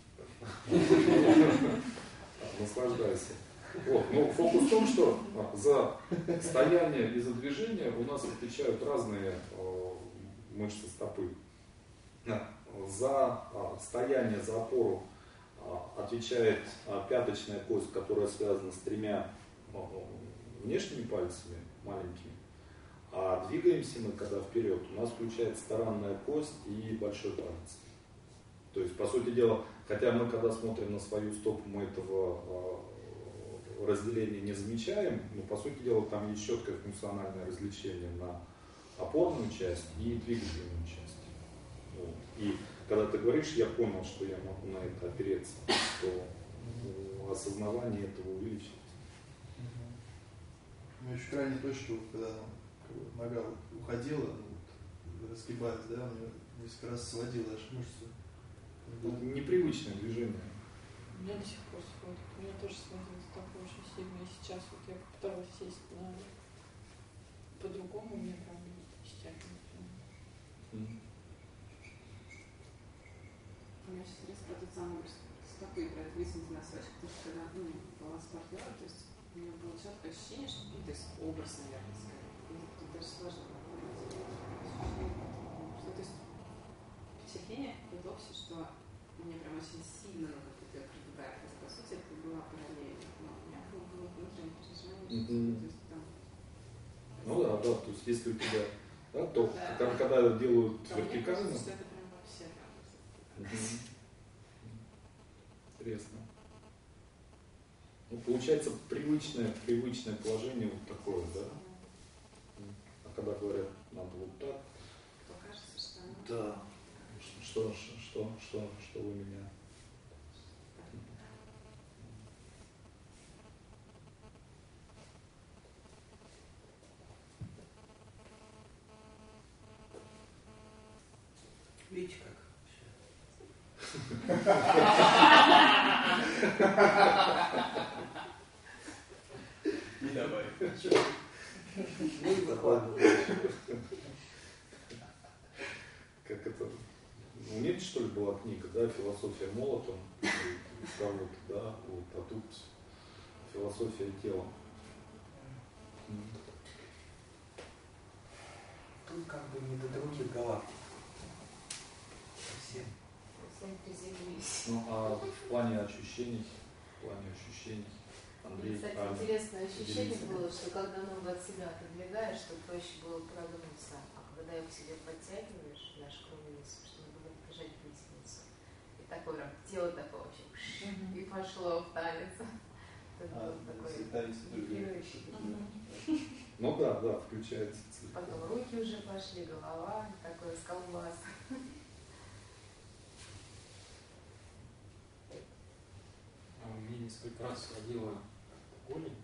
Наслаждайся. Вот. Но фокус в том, что за стояние и за движение у нас отвечают разные мышцы стопы. За стояние, за опору отвечает пяточная кость, которая связана с тремя внешними пальцами маленькими. А двигаемся мы, когда вперед, у нас включается таранная кость и большой палец. То есть, по сути дела, хотя мы, когда смотрим на свою стопу, мы этого разделения не замечаем, но, по сути дела, там есть четкое функциональное различение на опорную часть и двигательную часть. Вот. И когда ты говоришь, я понял, что я могу на это опереться, то осознавание этого увеличилось. У меня еще крайняя точка, вот, когда как бы, нога вот уходила, ну, вот, разгибаясь, да, у нее несколько раз сводила аж мышцу. Непривычное движение. У меня до сих пор сходит. У меня тоже сводилось такое очень сильно. И сейчас вот я попыталась сесть на по-другому, мне прям стягивает. У меня сейчас резко тот самый стопы играет, вытянуть носочек, потому что когда была с партнером, то есть у меня было четкое ощущение, что, то есть образ, наверное, скорее. И тут даже сложно было что, то есть впечатление какое-то общее, что мне прям очень сильно нужно это продвигать. То есть, по сути, это была параллель. Но у меня было внутреннее переживание, что то есть, там... Ну да, то есть если у тебя, да, то когда делают вертикально. Что это прям вообще прям. Интересно. Ну, получается привычное положение вот такое, да? А когда говорят, надо вот так. То кажется, что... Да. Что вы меня... Видите как? Не давай. Ну и захватывай. Как это? У Ницше, что ли, была книга, да, «Философия молотом» кого-то, да, вот, а тут «Философия телом». Тут как бы не до других галактик. Совсем. Совсем приземлились. Ну, а в плане ощущений, Андрей, Кстати, правильно. интересное ощущение делится. было, что когда ногу от себя отодвигаешь, то проще было прогнуться. А когда ее к себе подтягиваешь, наш кровницу, чтобы было прижать поясницу. И такое прям тело такое вообще и пошло в танец. Это был такой вибрирующий. Ну да, включается цикл. Потом руки уже пошли, голова, такой скалбас. Мне несколько раз ходила голень.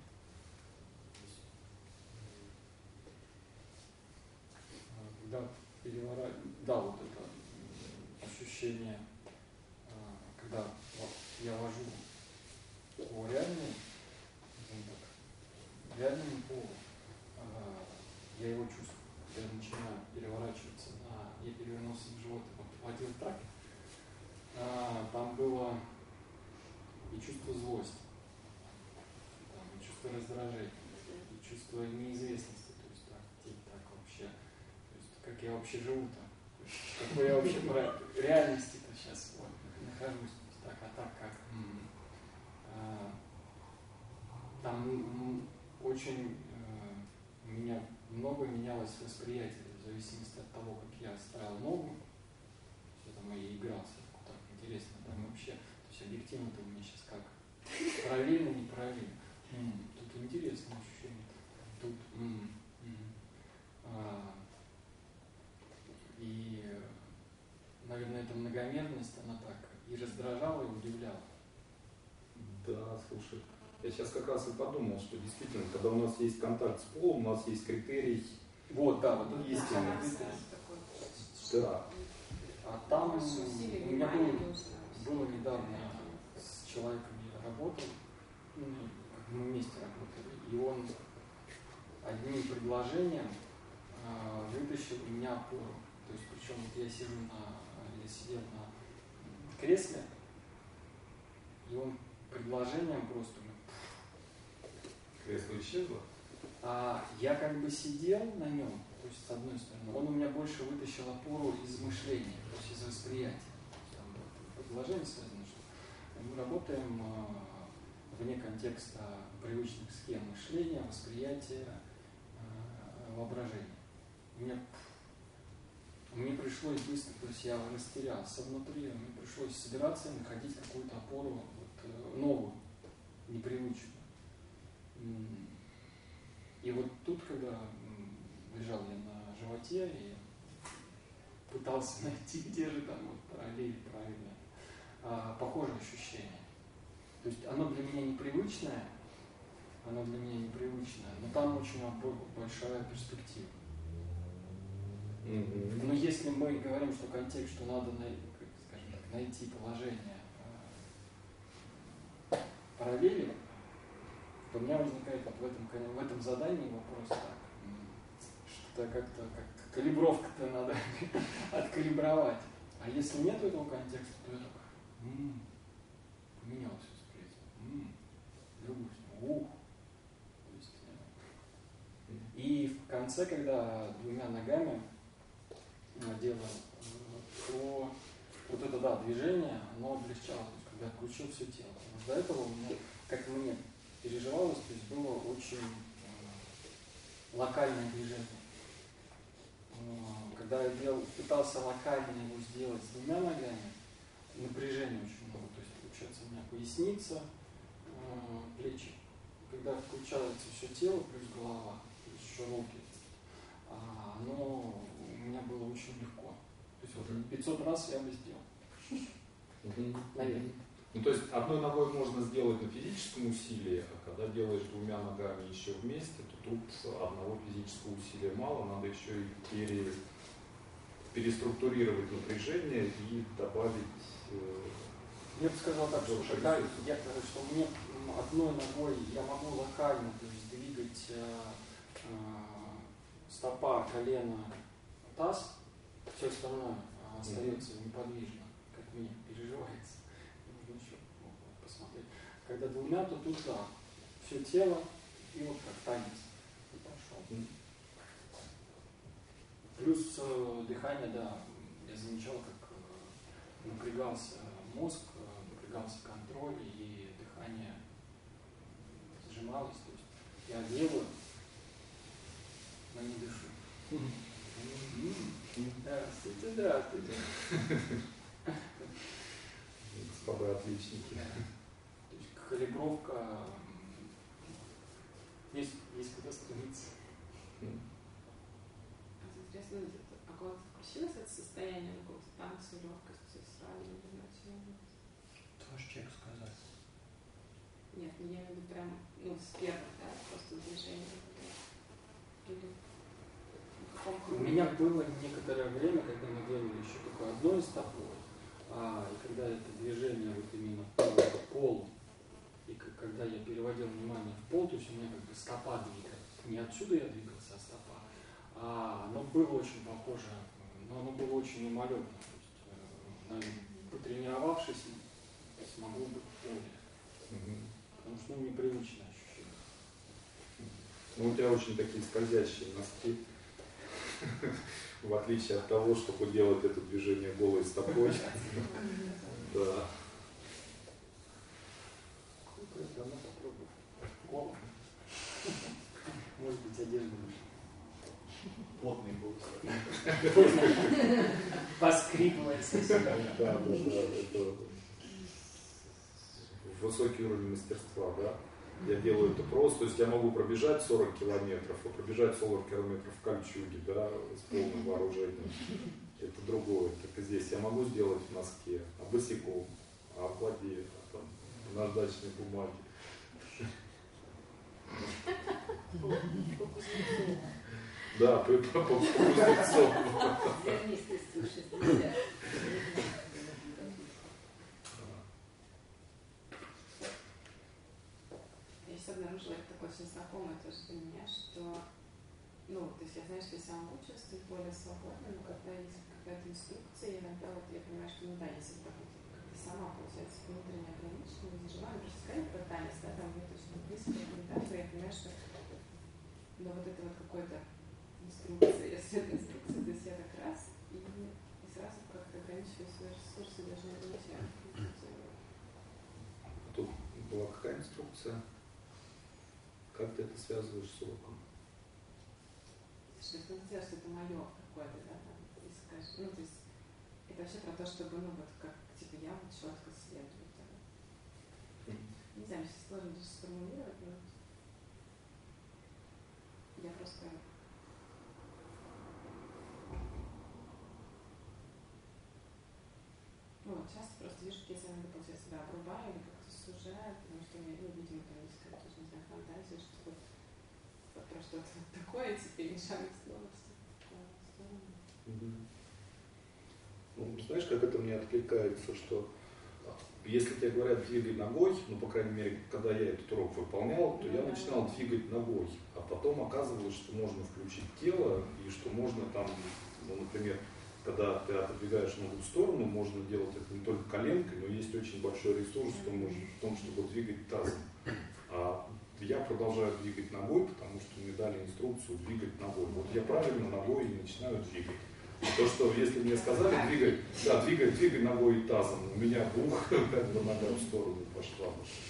Когда да, вот это ощущение, когда я вожу по реальному полу, я его чувствую. Я начинаю переворачиваться я перевернулся на живот и водил так. Там было и чувство злости, и чувство раздражения, и чувство неизвестности, то есть так вообще, то есть как я вообще живу-то, какой я вообще по реальности-то сейчас нахожусь, так, а так как. Там очень у меня много менялось восприятие в зависимости от того, как я ставил ногу, что там я игрался, так интересно, там вообще, то есть объективно-то у меня сейчас как параллельно, не параллельно. Тут интересное ощущение. Тут и, наверное, эта многомерность, она так и раздражала, и удивляла. Да, слушай, я сейчас как раз и подумал, что действительно, когда у нас есть контакт с полом, у нас есть критерий. Вот, да, вот это истинный. Да. А там у меня было недавно с человеком, я работал, мы вместе работали, и он одним предложением вытащил у меня опору. То есть, причем я сидел на кресле, и он предложением просто... Кресло исчезло? Я как бы сидел на нем, то есть с одной стороны, он у меня больше вытащил опору из мышления, то есть из восприятия. Там предложение связано, что мы работаем вне контекста привычных схем мышления, восприятия, воображения. Мне пришлось быстро, то есть я растерялся внутри, мне пришлось собираться и находить какую-то опору новую, непривычную. И вот тут, когда лежал я на животе и пытался найти, где же там параллель правильно, похожее ощущение. То есть оно для меня непривычное, оно для меня непривычное. Но там очень большая перспектива. Но если мы говорим, что контекст, что надо, скажем так, найти положение параллели, то у меня возникает вот в этом задании вопрос так, что-то как-то, как калибровка-то надо откалибровать. А если нет этого контекста, то я такой, поменялось восприятие, любовь, И в конце, когда двумя ногами делал, то вот это, да, движение, оно облегчало, то есть когда я включил все тело. До этого у меня, как мне переживалось, то есть было очень локальное движение. Когда я пытался локально его сделать с двумя ногами, напряжения очень много. То есть получается у меня поясница, плечи. Когда включается все тело плюс голова, плюс еще руки, оно у меня было очень легко. То есть вот 500 раз я бы сделал. Наверное. Ну, то есть одной ногой можно сделать на физическом усилии, а когда делаешь двумя ногами еще вместе, то тут одного физического усилия мало, надо еще и переструктурировать напряжение и добавить... Я бы сказал так, что мне одной ногой я могу локально, то есть двигать стопа, колено, таз, все остальное остается неподвижно, как мне переживается. Нужно еще посмотреть. Когда двумя, то тут да, все тело и вот как танец. И пошел. Плюс дыхание, да, я замечал, как напрягался мозг, напрягался контроль, и дыхание сжималось. То есть я делаю, но не дышу. Здравствуйте, здравствуйте. Господа отличники. То есть калибровка, есть куда стремиться. Интересно, а когда ты включилось это состояние на какого-то танца, легкости, сразу или Тоже человек сказать. Нет, я имею в виду прям, с первого, да, просто движение. Или в каком У круге? меня было некоторое время, когда мы делали еще только одной стопой, и когда это движение вот именно по полу, и когда я переводил внимание в пол, то есть у меня как бы стопа двигалась. Не отсюда я двигался, а стопа. Оно было очень похоже, но оно было очень мимолетно. То есть, наверное, потренировавшись, смогу быть более. Потому что непривычное ощущение. Ну, у тебя очень такие скользящие носки. В отличие от того, чтобы делать это движение голой стопой. Да. Давно попробую. Голо. Может быть, одежда. Плотный голос. Поскрипывается. Да, это высокий уровень мастерства, да. Я делаю это просто, то есть я могу пробежать 40 километров, а пробежать 40 километров в кольчуге, да, с полным вооружением. Это другое. Так и здесь я могу сделать в носке, а босиком, а в воде, там, на наждачной бумаге. Да, по Кузнецову. Зернистостью 60. Я сейчас обнаружила, это такое очень знакомое тоже для меня, что, то есть я знаю, что я сама чувствую более свободно, но когда есть какая-то инструкция, иногда вот я понимаю, что, если как-то сама, получается, внутренне ограничена, не зажимаю, просто сказать про танец, да, там мне точно близко, то я понимаю, что, вот это вот какой-то инструкция, если это инструкция, то есть я так раз, и сразу как-то ограничиваю свои ресурсы, даже не замечаю. Тут была какая инструкция? Как ты это связываешь с уроком? Что это мое какое-то, да, там, и скажешь, то есть это вообще про то, чтобы, как, я вот четко следую. Да. Не знаю, сейчас сложно даже сформулировать, но я просто... часто просто вижу, что если я иногда, получается, обрубаю или как-то сужаю, потому что у меня, видимо, там есть какая-то, не знаю, фантазия, шаг в сторону, Ну, знаешь, как это мне откликается, что если тебе говорят двигай ногой, ну, по крайней мере, когда я этот урок выполнял, то я начинал двигать ногой, а потом оказывалось, что можно включить тело, и что можно там, ну, например, когда ты отодвигаешь ногу в сторону, можно делать это не только коленкой, но есть очень большой ресурс в том, чтобы двигать тазом. А я продолжаю двигать ногой, потому что мне дали инструкцию двигать ногой. Вот я правильно ногой и начинаю двигать. То, что если мне сказали двигай ногой и тазом, у меня бух, как бы нога в сторону пошла.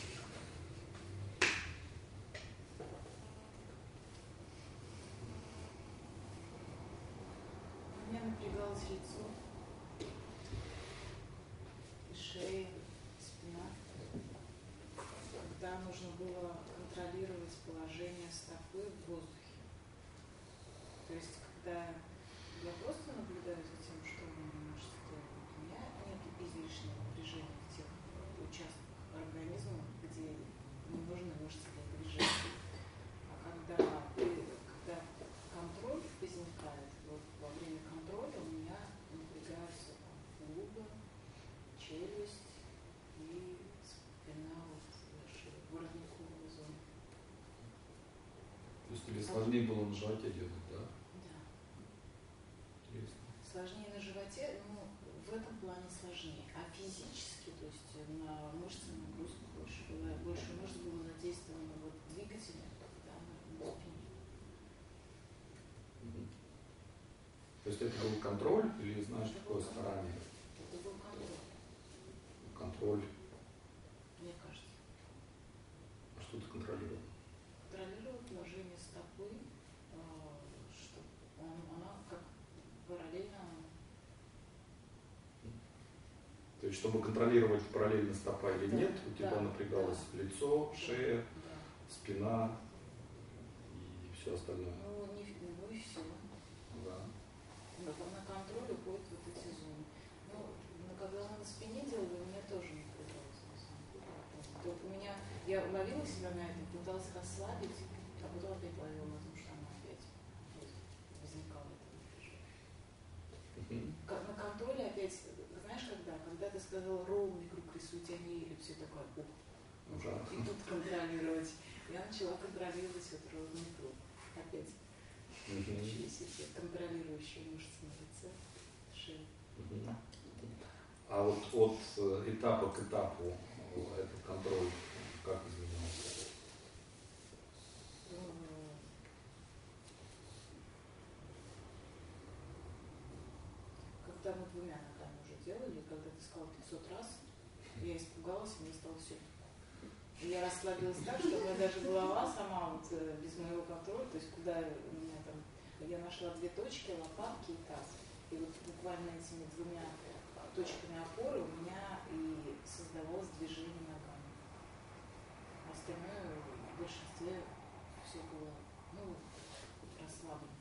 У меня напрягалось лицо, и шея, и спина. Когда нужно было контролировать положение стопы в воздухе. То есть, когда я просто наблюдаю за тем, что у меня мышцы делают, у меня нет излишнего напряжения в тех участках организма, где не нужны мышцы для движения. А когда контроль возникает, вот во время контроля у меня напрягаются губы, челюсть и спина, вот, воротниковая зона. То есть тебе сложнее было на животе делать, да? Да. Интересно. Сложнее на животе, ну, в этом плане сложнее. А физически, то есть на мышцы нагрузка больше была, больше мышц было задействовано вот двигателем, да, на спине. То есть это был контроль или знаешь такое старание? Это был контроль, Контроль. мне кажется. А что ты контролировал? Контролировал положение стопы, что она как параллельно. То есть, чтобы контролировать параллельно стопа или нет, у тебя да, напрягалось лицо, шея, Да. спина и все остальное. Ну, и все. Да. На контроль уходят вот эти зоны. Ну, когда она на спине делала, у меня тоже напрягалось, на самом деле. Вот у меня, я ловила себя на этом, пыталась расслабить, а потом опять ловила на том, что она опять возникала это напряжение. На контроле опять, знаешь, когда ты сказала ровный круг рисуйте, они или все такое, нужно и тут контролировать. Я начала контролировать вот ровный круг. Опять включились эти контролирующие мышцы на лице, шее. А вот от этапа к этапу этот контроль как изменялся? Когда мы двумя ногами уже делали, когда ты сказал 500 раз, я испугалась, и мне стало все. Я расслабилась так, что у меня даже голова сама вот, без моего контроля, то есть куда у меня там, я нашла две точки, лопатки и таз. И вот буквально этими двумя точками опоры у меня и создавалось движение ногами. А остальное в большинстве все было, ну, расслаблено.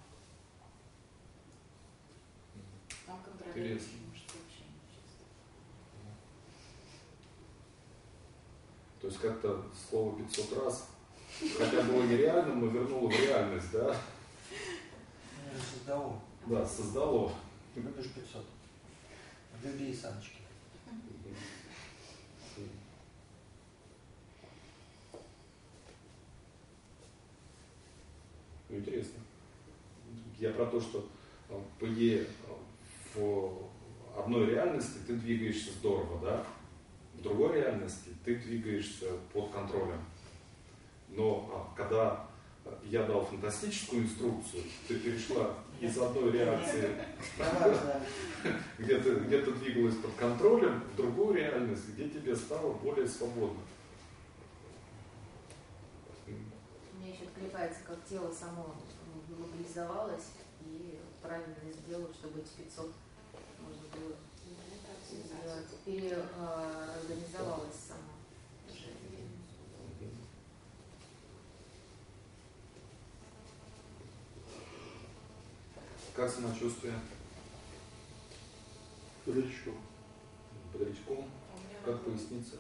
Там контролирующие мышцы вообще не чисто. То есть как-то слово 500 раз, хотя было нереальным, но вернуло в реальность, да? Создало. Да, создало. Любишь 500. Люби и саночки. Интересно. Я про то, что по идее в одной реальности ты двигаешься здорово, да? В другой реальности ты двигаешься под контролем. Но когда я дал фантастическую инструкцию, ты перешла из одной реакции, где ты двигалась под контролем, в другую реальность, где тебе стало более свободно. Мне еще откликается, как тело само мобилизовалось и правильно сделало, чтобы эти 500 можно было сделать. Переорганизовалось само. Как самочувствие? Бодрячком. Бодрячком? Как поясница?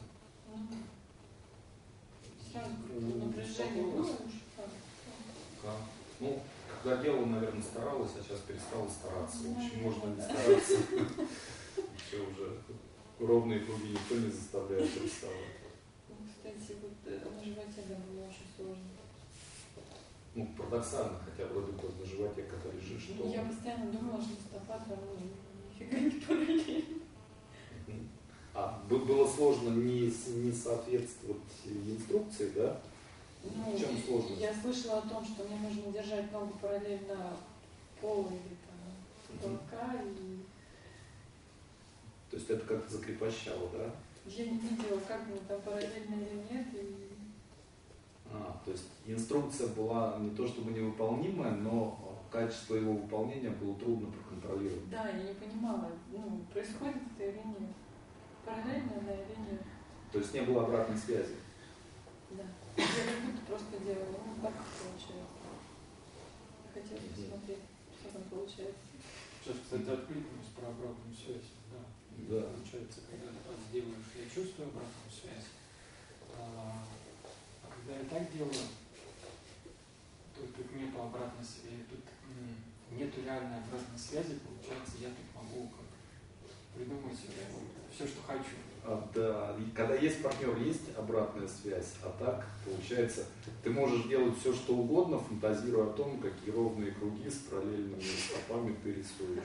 Сразу напряжение было уже. Как? Ну, когда делала, наверное, старалась, а сейчас перестала стараться. В общем, можно не стараться. Все уже ровные круги никто не заставляет рисовать. Кстати, вот на животе, да, было очень сложно. Ну, парадоксально, хотя вроде бы на животе, когда лежишь, что... Я постоянно думала, что стопа там нифига не параллельно. А было сложно не соответствовать инструкции, да? Ну, в чем сложность? Я слышала о том, что мне нужно держать ногу параллельно полу или там потолка. И... То есть это как-то закрепощало, да? Я не видела, как мне там параллельно или нет. И... То есть инструкция была не то чтобы невыполнимая, но качество его выполнения было трудно проконтролировать. Да, я не понимала, ну, происходит это или нет. Параллельно она или нет. То есть не было обратной связи. Да. Я как будто просто делала, ну, как получается. Хотела посмотреть, что там получается. Сейчас, кстати, откликнулись про обратную связь. Да. Да. Получается, когда ты так делаешь, я чувствую обратную связь. А когда я так делаю, то тут нет обратной связи, тут нет реальной обратной связи, получается, я тут могу как придумать все, что хочу. Да, и когда есть партнер, есть обратная связь, а так, получается, ты можешь делать все, что угодно, фантазируя о том, какие ровные круги с параллельными стопами ты рисуешь.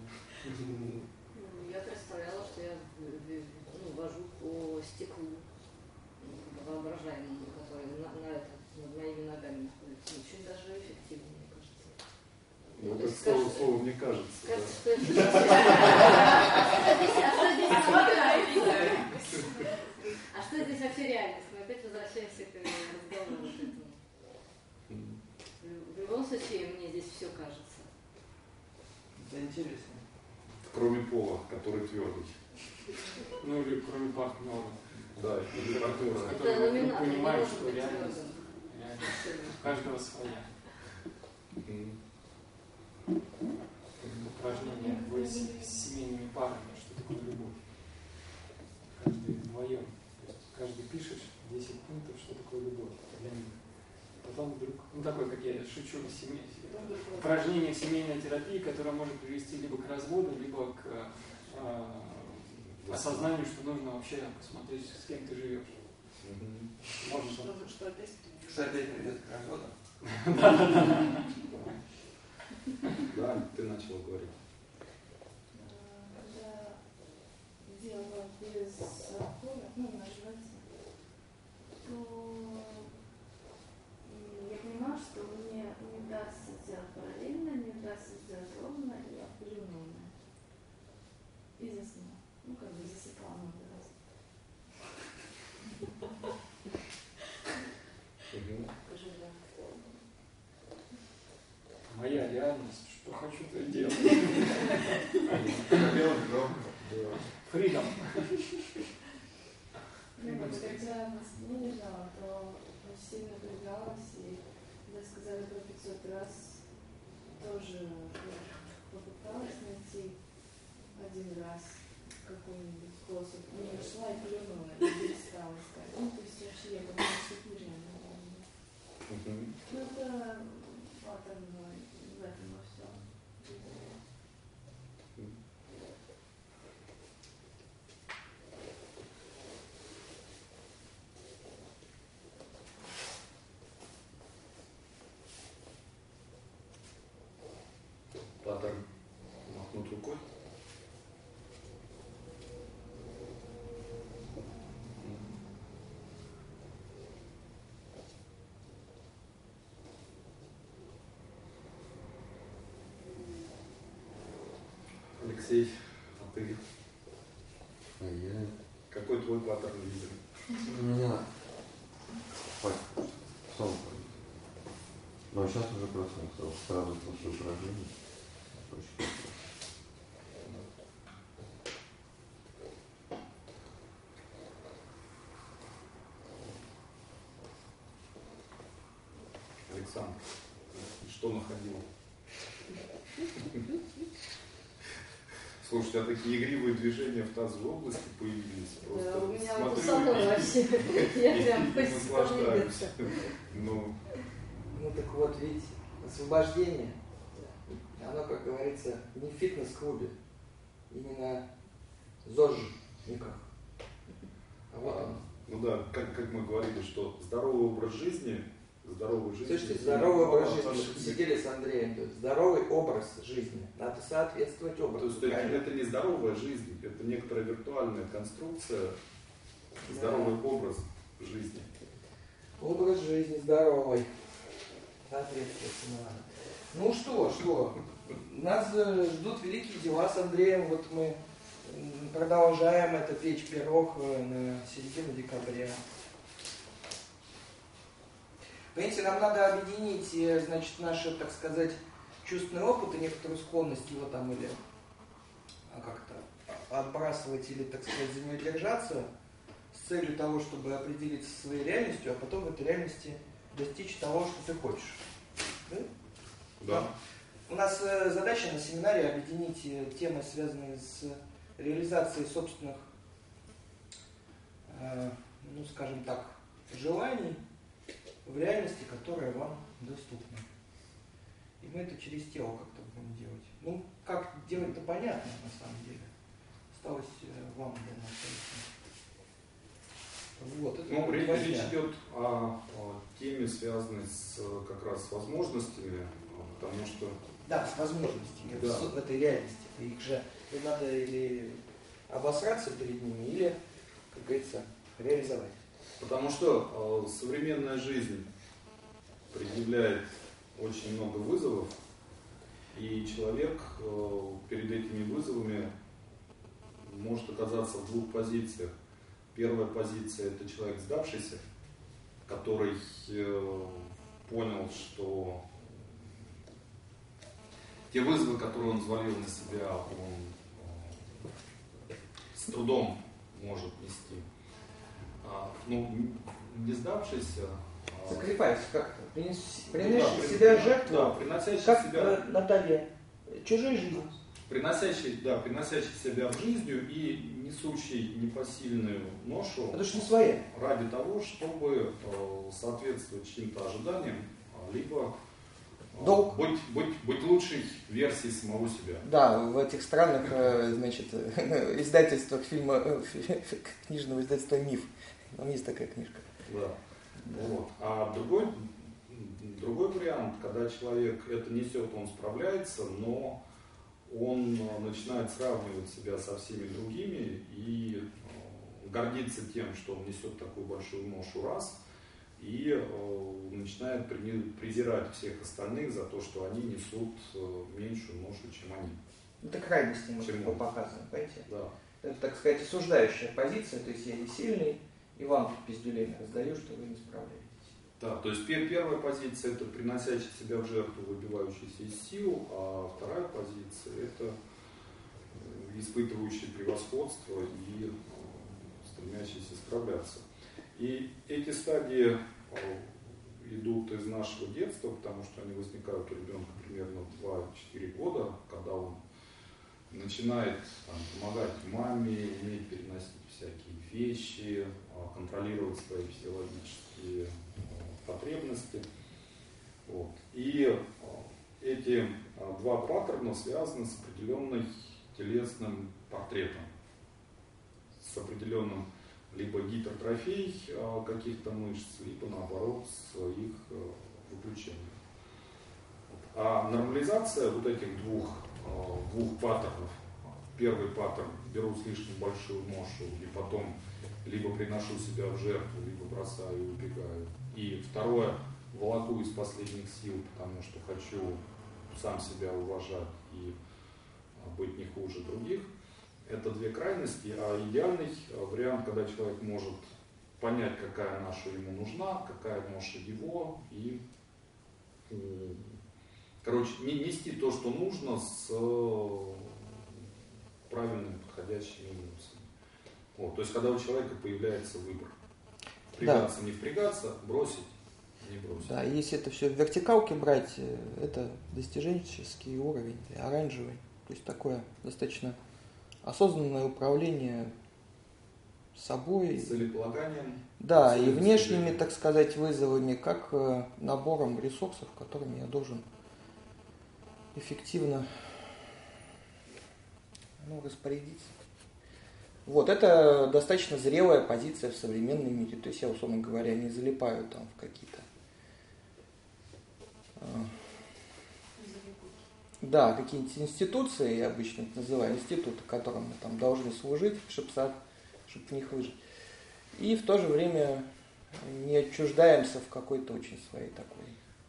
Я представляла, что я вожу по стеклу воображаемому, который над моими ногами находится. Очень даже эффективно, мне кажется. Ну, это слово мне кажется. Кажется, Да. А что здесь вообще реальность? Мы опять возвращаемся к разговору. В любом случае, мне здесь все кажется. Это интересно. Кроме пола, который твердый. Ну или кроме партнера. Да, или партнера. С которым мы понимаем, что реальность у каждого своя. Упражнение вы с семейными парами, что такое любовь. Каждый вдвоем. То есть каждый пишет 10 пунктов, что такое любовь для них. Потом вдруг, ну такой, как я шучу, упражнение в семейной терапии, которое может привести либо к разводу, либо к осознанию, что нужно вообще посмотреть, с кем ты живешь. Можно что опять придет к разводу? Да, ты начала говорить. Когда делала без поля, на животе, то я понимала, что мне не удастся сделать параллельно, не удастся сделать ровно и определенно. И заснула. Как бы засекла много раз. моя реальность, что хочу, то и делаю. Фридом. Когда нас не лежала, то сильно напрягалась, и когда сказали про 500 раз, тоже попыталась найти один раз какой-нибудь способ. Не нашла и плюнула, и перестала искать. Ну, то есть вообще я поняла, что это реально. Ну, это паттерн в этом во всем. Паттерн махнуть рукой. Алексей, а ты? А я... Какой твой паттерн виден? У меня сон. Но сейчас уже проснулся. Сразу после упражнений. Очень хорошо. Александр, что находил? Слушай, у тебя такие игривые движения в тазовой области появились. Просто да, у меня смотрю вот самой вообще. Я прям наслаждаюсь. Ну, так вот, видите, освобождение, оно, как говорится, не в фитнес-клубе, именно в зожниках. А вот оно. Ну да, как мы говорили, что здоровый образ жизни. Слушайте, здоровый образ жизни. Мы сидели с Андреем. То есть здоровый образ жизни. Надо соответствовать образу. То есть это не здоровая жизнь, это некоторая виртуальная конструкция, здоровый образ жизни. Образ жизни здоровый. Соответственно надо. Ну что? Нас ждут великие дела с Андреем. Вот мы продолжаем это печь пирог на середину декабря. Понимаете, нам надо объединить, значит, наши, так сказать, чувственный опыт и некоторую склонность его там или как-то отбрасывать или, так сказать, за нее держаться с целью того, чтобы определиться со своей реальностью, а потом в этой реальности достичь того, что ты хочешь. Да? Да. У нас задача на семинаре объединить темы, связанные с реализацией собственных, ну, скажем так, желаний в реальности, которая вам доступна. И мы это через тело как-то будем делать. Ну, как делать-то понятно, на самом деле. Осталось вам дома. Вот, это Ну, речь идет о теме, связанной с как раз с возможностями, потому что... Да, с возможностями да. в этой реальности. Их же надо или обосраться перед ними, или, как говорится, реализовать. Потому что современная жизнь предъявляет очень много вызовов, и человек перед этими вызовами может оказаться в двух позициях. Первая позиция – это человек сдавшийся, который понял, что те вызовы, которые он взвалил на себя, он с трудом может нести. Ну, не сдавшийся. Sacrifice, как это? Приносящий себя в жертву. Да, приносящий как себя. Наталья, чужой жизнь. Приносящий себя в жизнь и несущий непосильную ношу. Потому что не своя. Ради того, чтобы соответствовать чьим-то ожиданиям, либо быть лучшей версией самого себя. Да, в этих странных, значит, издательствах книжного издательства «Миф». Там есть такая книжка. Да. Вот. А другой вариант, когда человек это несет, он справляется, но он начинает сравнивать себя со всеми другими и гордиться тем, что он несет такую большую ношу раз, и начинает презирать всех остальных за то, что они несут меньшую ношу, чем они. Это крайности мы его показываем, понимаете? Да. Это, так сказать, осуждающая позиция, то есть я не сильный, и вам тут пиздюлей раздаю, что вы не справляетесь. Да, то есть первая позиция – это приносящий себя в жертву, выбивающийся из сил, а вторая позиция – это испытывающий превосходство и стремящийся справляться. И эти стадии идут из нашего детства, потому что они возникают у ребенка примерно в 2-4 года, когда он начинает помогать маме, уметь переносить всякие вещи, контролировать свои физиологические потребности. Вот. И эти два паттерна связаны с определенным телесным портретом, с определенным либо гипертрофией каких-то мышц, либо наоборот с их выключением. А нормализация вот этих двух паттернов. Первый паттерн – беру слишком большую ношу и потом либо приношу себя в жертву, либо бросаю и убегаю. И второе – волоку из последних сил, потому что хочу сам себя уважать и быть не хуже других. Это две крайности, а идеальный вариант, когда человек может понять, какая ноша ему нужна, какая ноша его, и нести то, что нужно, с правильными, подходящими эмоциями. Вот, то есть, когда у человека появляется выбор. Впрягаться, не впрягаться, бросить, не бросить. Да, если это все в вертикалке брать, это достиженческий уровень, оранжевый. То есть такое достаточно осознанное управление собой. Целеполаганием. Да, и внешними, так сказать, вызовами, как набором ресурсов, которыми я должен эффективно распорядиться. Вот, это достаточно зрелая позиция в современном мире. То есть я, условно говоря, не залипаю там в какие-то какие-нибудь институции, я обычно это называю, институты, которым мы там должны служить, чтобы в них выжить. И в то же время не отчуждаемся в какой-то очень своей такой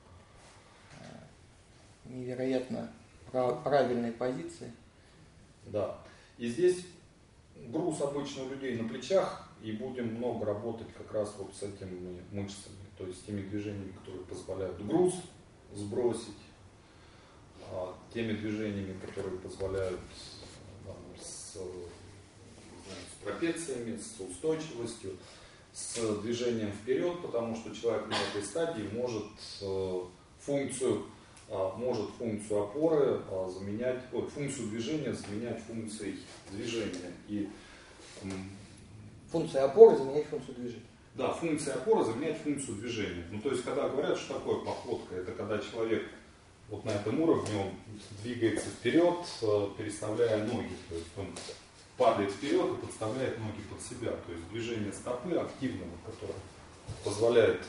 невероятно правильной позиции. Да. И здесь груз обычно у людей на плечах, и будем много работать как раз вот с этими мышцами, то есть теми движениями, которые позволяют груз сбросить, теми движениями, которые позволяют с трапециями, с устойчивостью, с движением вперед, потому что человек на этой стадии может функцию опоры заменять, функцию движения заменять функцией движения. И функция опоры заменять функцию движения. Да, функция опоры заменять функцию движения. Ну, то есть, когда говорят, что такое походка, это когда человек вот на этом уровне, он двигается вперед, переставляя ноги. То есть он падает вперед и подставляет ноги под себя. То есть движение стопы активного, которое позволяет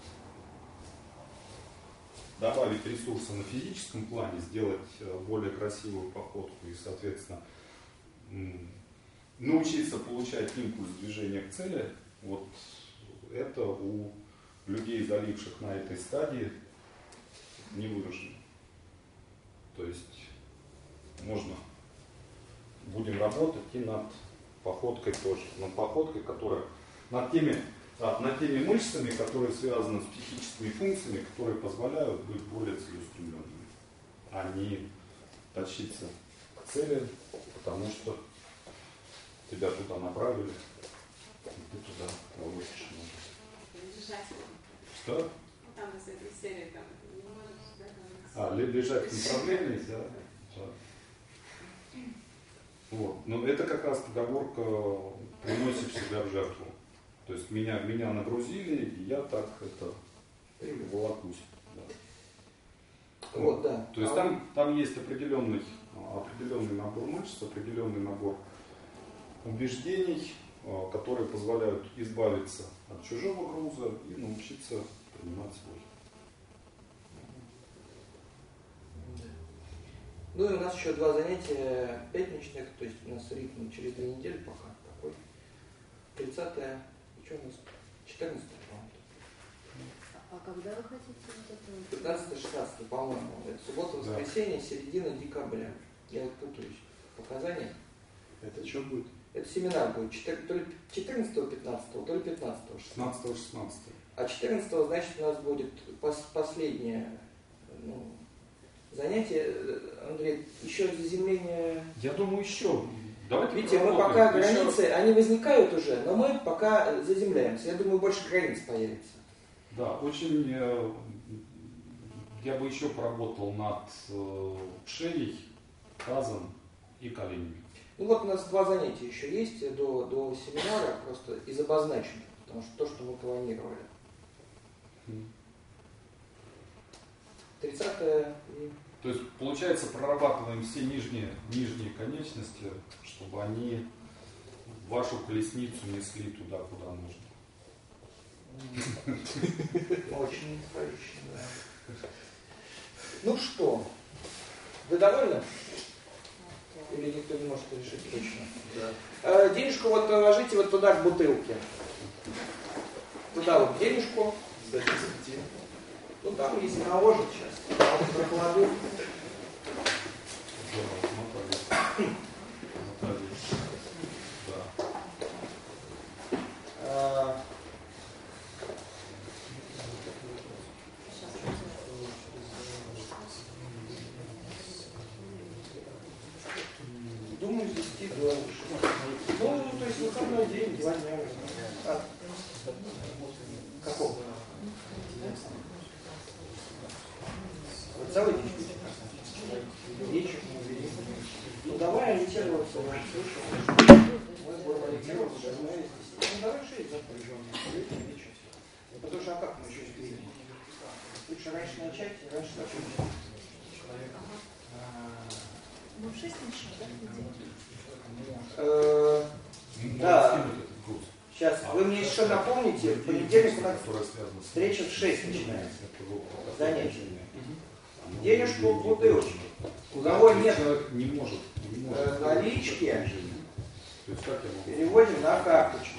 добавить ресурсы на физическом плане, сделать более красивую походку и, соответственно, научиться получать импульс движения к цели. Вот это у людей, заливших на этой стадии, не выражено. То есть можно, будем работать и над походкой тоже. Над походкой, которая, над теми мышцами, которые связаны с психическими функциями, которые позволяют быть более целеустремленными, а не тащиться к цели, потому что тебя туда направили, и ты туда проводишь ноги. Что? Ну, там из этой серии там не может сюда там... Лежать в направлении, да? Вот. Но это как раз поговорка «приносишь себя в жертву». То есть меня нагрузили, и я так это волокусь. Да. Вот, да. То есть там есть определенный набор мышц, определенный набор убеждений, которые позволяют избавиться от чужого груза и научиться принимать свой. Ну и у нас еще 2 занятия пятничных, то есть у нас ритм через 2 недели пока такой. 30-е, и что у нас? 14-е, по-моему. А когда вы хотите? 15-16, по-моему. Это суббота, воскресенье, середина декабря. Я вот путаюсь в показаниях. Это что будет? Это семинар будет то ли 14-го, 15-го, то ли 15-го, 16-го, 16-го. А 14-го, значит, у нас будет последнее занятие. Андрей, еще заземление... Я думаю, еще. Давайте видите, мы пока границы, они возникают уже, но мы пока заземляемся. Я думаю, больше границ появится. Да, очень... Я бы еще поработал над шеей, тазом и коленями. Ну вот у нас 2 занятия еще есть до семинара, просто из обозначенных, потому что то, что мы планировали. 30-е и... То есть, получается, прорабатываем все нижние конечности, чтобы они вашу колесницу несли туда, куда нужно. Очень информативно, да. Ну что, вы довольны? Или никто не может решить точно? Да. Денежку вот ложите вот туда, к бутылке. Туда вот денежку. Ну там, если наложат сейчас, а вот прокладу. Думаю, с 10 до 6. Ну, то есть выходной день, 2 дня. Какого? Вот целый день. Вечер. Ну давай ориентироваться. Мы будем ориентироваться. лучше раньше начать, раньше закончить. Мы в 6 начнем, да? Да. Сейчас, вы мне еще напомните, в понедельник у нас встреча в 6 начинается. Занятие. Денежку в бутылочку. У кого нет налички, переводим на карточку.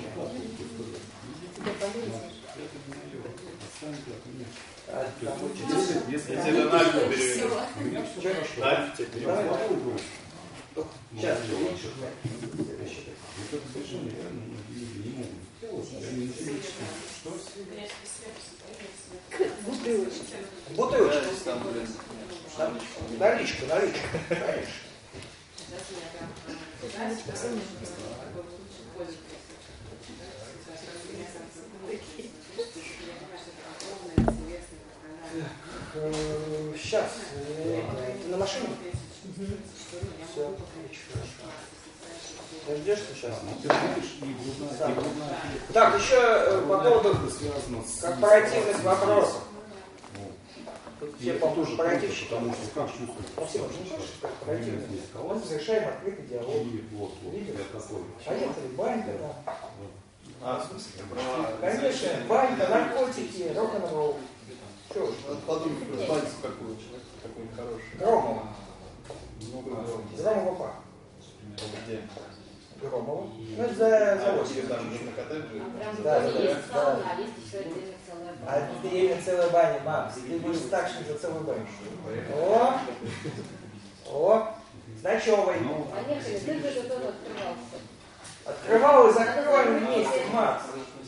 Если это на Альфу переведем. На Альфу тебе переведем. Сейчас, бутылочку. Наличку. Сейчас. На машину? Все, дождешься сейчас? Так, еще по поводу корпоративных вопросов. Все корпоративщики. Потому что как чувствуешь, мы разрешаем открытый диалог. Поехали, банька, да. В смысле? Конечно, банька, наркотики, рок-н-ролл. Что уж? Подумай, баньку какую, какой хороший. Громова. Громова пах. Где? Громова. Ну, это за завод. Там на коттедже. Да. А есть еще отдельно целая баня. Отдельно целая баня, Макс. Ты будешь старшим за целую баню. О! С ночевой. Поехали, ты же тоже открывался. Открывал и закрывали вместе, Макс.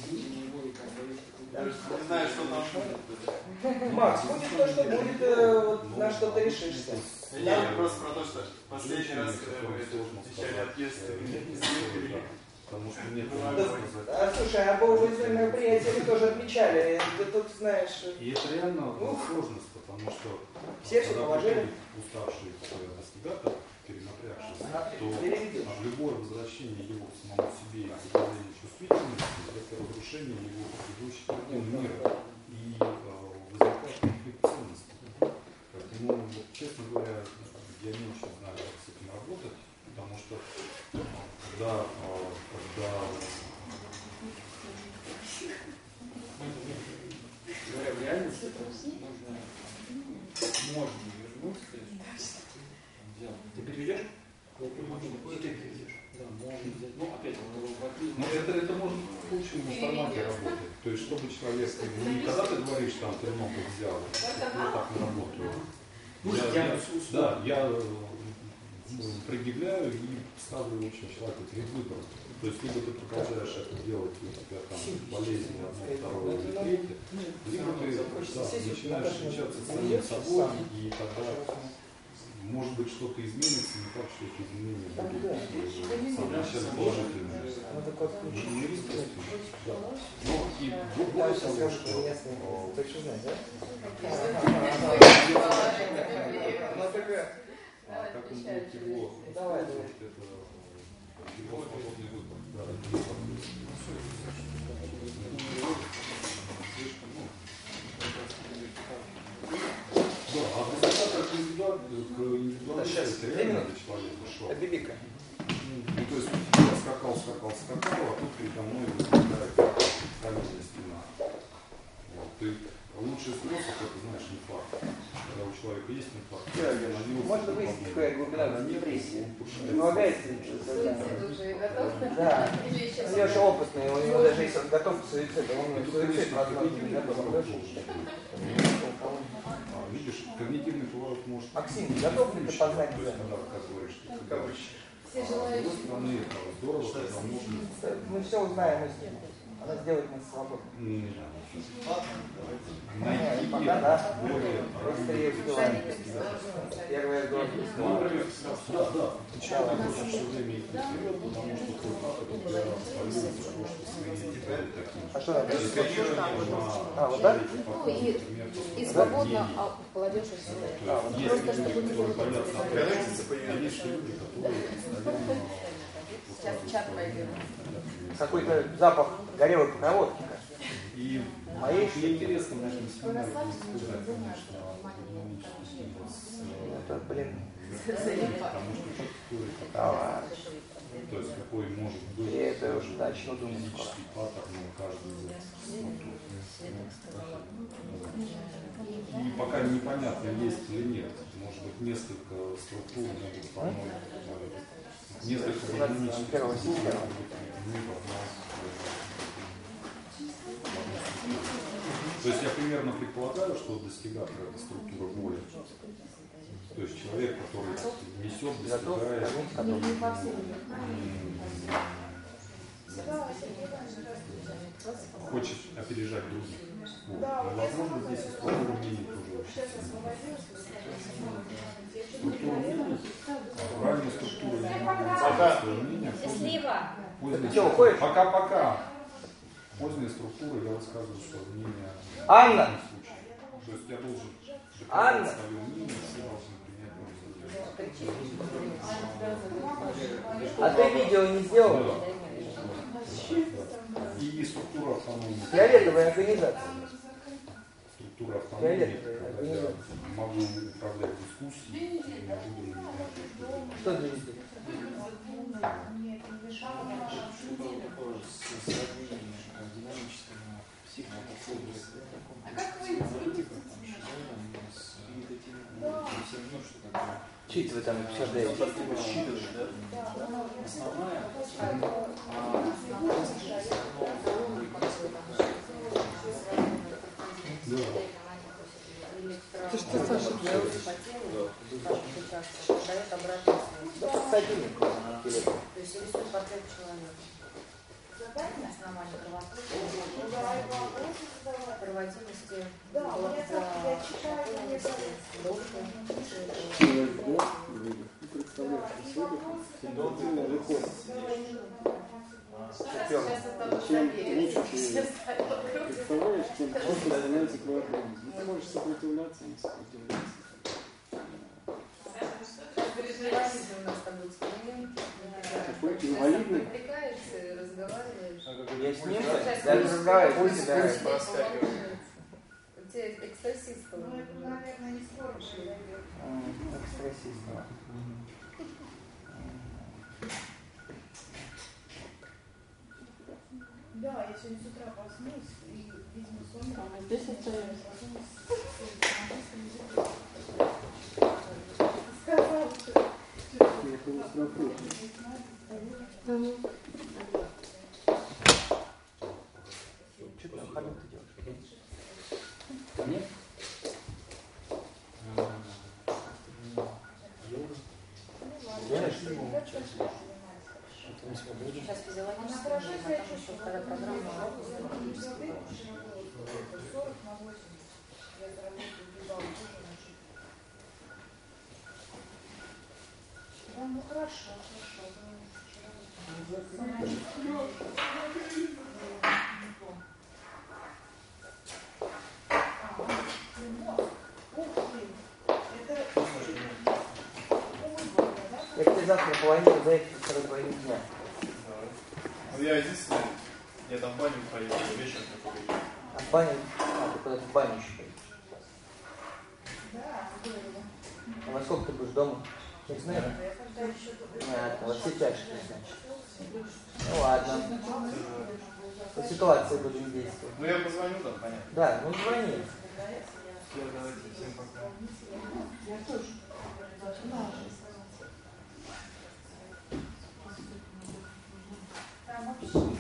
Не знаю, что там. Макс, будет то, что будет, вот, на что ты решишься. Я просто про то, что последний раз, когда мы отвечали отъезд, потому что нет. Слушай, а по выездное мероприятие мы тоже отмечали. Ты тут знаешь. И это реально сложность, потому что все положили. Уставший достигатор, перенапрягшийся, то любое возвращение его к самому себе и к обновлению чувствительности — это разрушение его предыдущего мира и возникает конфликт ценностей. Поэтому, честно говоря, я не очень знаю, как с этим работать, потому что когда в реальности можно вернуться. Ты переведешь? Я перевожу. И ты переведешь. Да, можно взять. Ну, опять вот но это может в лучшем формате работать. То есть, чтобы человек, не когда ты говоришь, там, ты много взял, я так не работаю. Я предъявляю и ставлю, в общем, человека перед выбором. То есть, либо ты продолжаешь это делать, у тебя там болезнь одно, второе или третье, либо ты начинаешь встречаться с самим собой, и тогда, может быть, что-то изменится, не так, что это изменение будет сначала положительное. Не рискуйте. Но и более того, что... Точно знаешь, да? Как он будет его... Давай. Его свободный выбор. А результат к индивидуальному человеку шел. Ну, то есть я скакал, а тут передо мной возникает каменная стена. Лучший способ — это, знаешь, инфаркт. Когда у человека есть инфаркт, можно выяснить, какая глубина депрессии. Помогает ли? Да. Я же опытный, у него даже если он готов к суициду, он суицид, возможно, не готов. Видишь, когнитивный поворот может... Максим, готов ли ты познать себя? Как говоришь, как Все желающие. здорово, когда можно... Мы все узнаем из него. Она сделает нас свободными. Найти более быстрее успеваем. Первая доза. Да. Сначала ты хочешь все время идти вперед, потому что твой папа тебя спалился, потому что свои дети такие. А что надо? Вот так? И свободно кладешь все. Просто чтобы не было Есть люди, которые постоянно... Сейчас чат пойдет. Какой-то запах горелой проводки. И Моей мне интересно на этом семинаре расслабься, сказать, ничего не конечно, динамический стимул Это, блин. потому что структура Давай. то есть какой может быть И это уже начну думать физический паттерн у каждой из этих структур. И пока непонятно, есть или нет. Может быть, несколько структур могут помочь. Несколько динамических структур могут быть объединены в одну. То есть я примерно предполагаю, что достигатор — это структура воли. То есть человек, который несет, достигает, хочет опережать других. Вот. Но, возможно, здесь и структура мнений тоже очень сильная. Структура мнений, ранняя структура мнения, Счастливо! Пока-пока. Поздняя структура, я высказываю свое мнение. Анна! То есть я должен Анна! доказать свое мнение, все должны принять мое. А ты видео не сделал? И структура автономии. Фиолетовая организация. Структура автономии, Фиолетовая когда я организация. могу управлять дискуссией, и не буду менять. Что за видео? Чуть вы там все даете? Ты что, Саша, дает обратную связь. Садильник. То есть рисует портрет человека. Основание кровоточности, Чем лучше ты представляешь, тем просто становится кровообращение. Ты можешь сопротивляться, не сопротивляться. у нас там будет эксперимент. Какой инвалидный? Отвлекаешься, разговариваешь. Я с ним даже разговариваю. Пусть себя У тебя экстрасист. наверное, не скоро. Экстрасист. Да, я сегодня с утра проснулась и, видимо, сон. А мы здесь остаемся. Сказала, Что ты там ты делаешь? Нет? Сейчас физиологически, потому что когда программа работает, 40 на 80. Я заработаю бежал тоже ночью. Да, ну хорошо. Я тебе завтра планирую заехать на второй половине дня. Ну я единственное, я там в баню поеду, вечером такой. А в баню? А, ты куда-то в баню еще поедешь? А во сколько ты будешь дома? Не знаю. Понятно, вот сейчас, значит. Ну ладно. По ситуации будем действовать. Ну я позвоню там, понятно. Да, ну звони. Все, давайте, всем пока. Я тоже. Там вообще.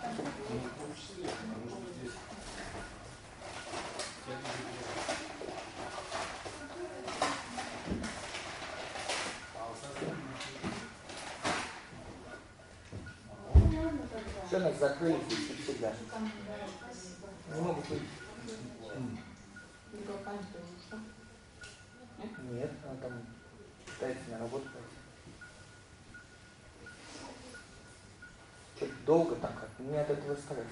Все, нас закрыли здесь всегда. Не могут быть. Нет, она там пытается на работу пойти. Что-то долго там как-то. Мне от этого стресс.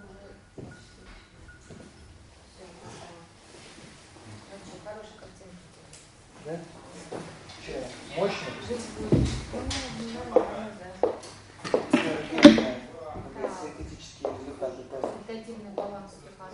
Хорошая картинка. Да? Че? Мощно? Этические результаты. Медитативный баланс дыхания.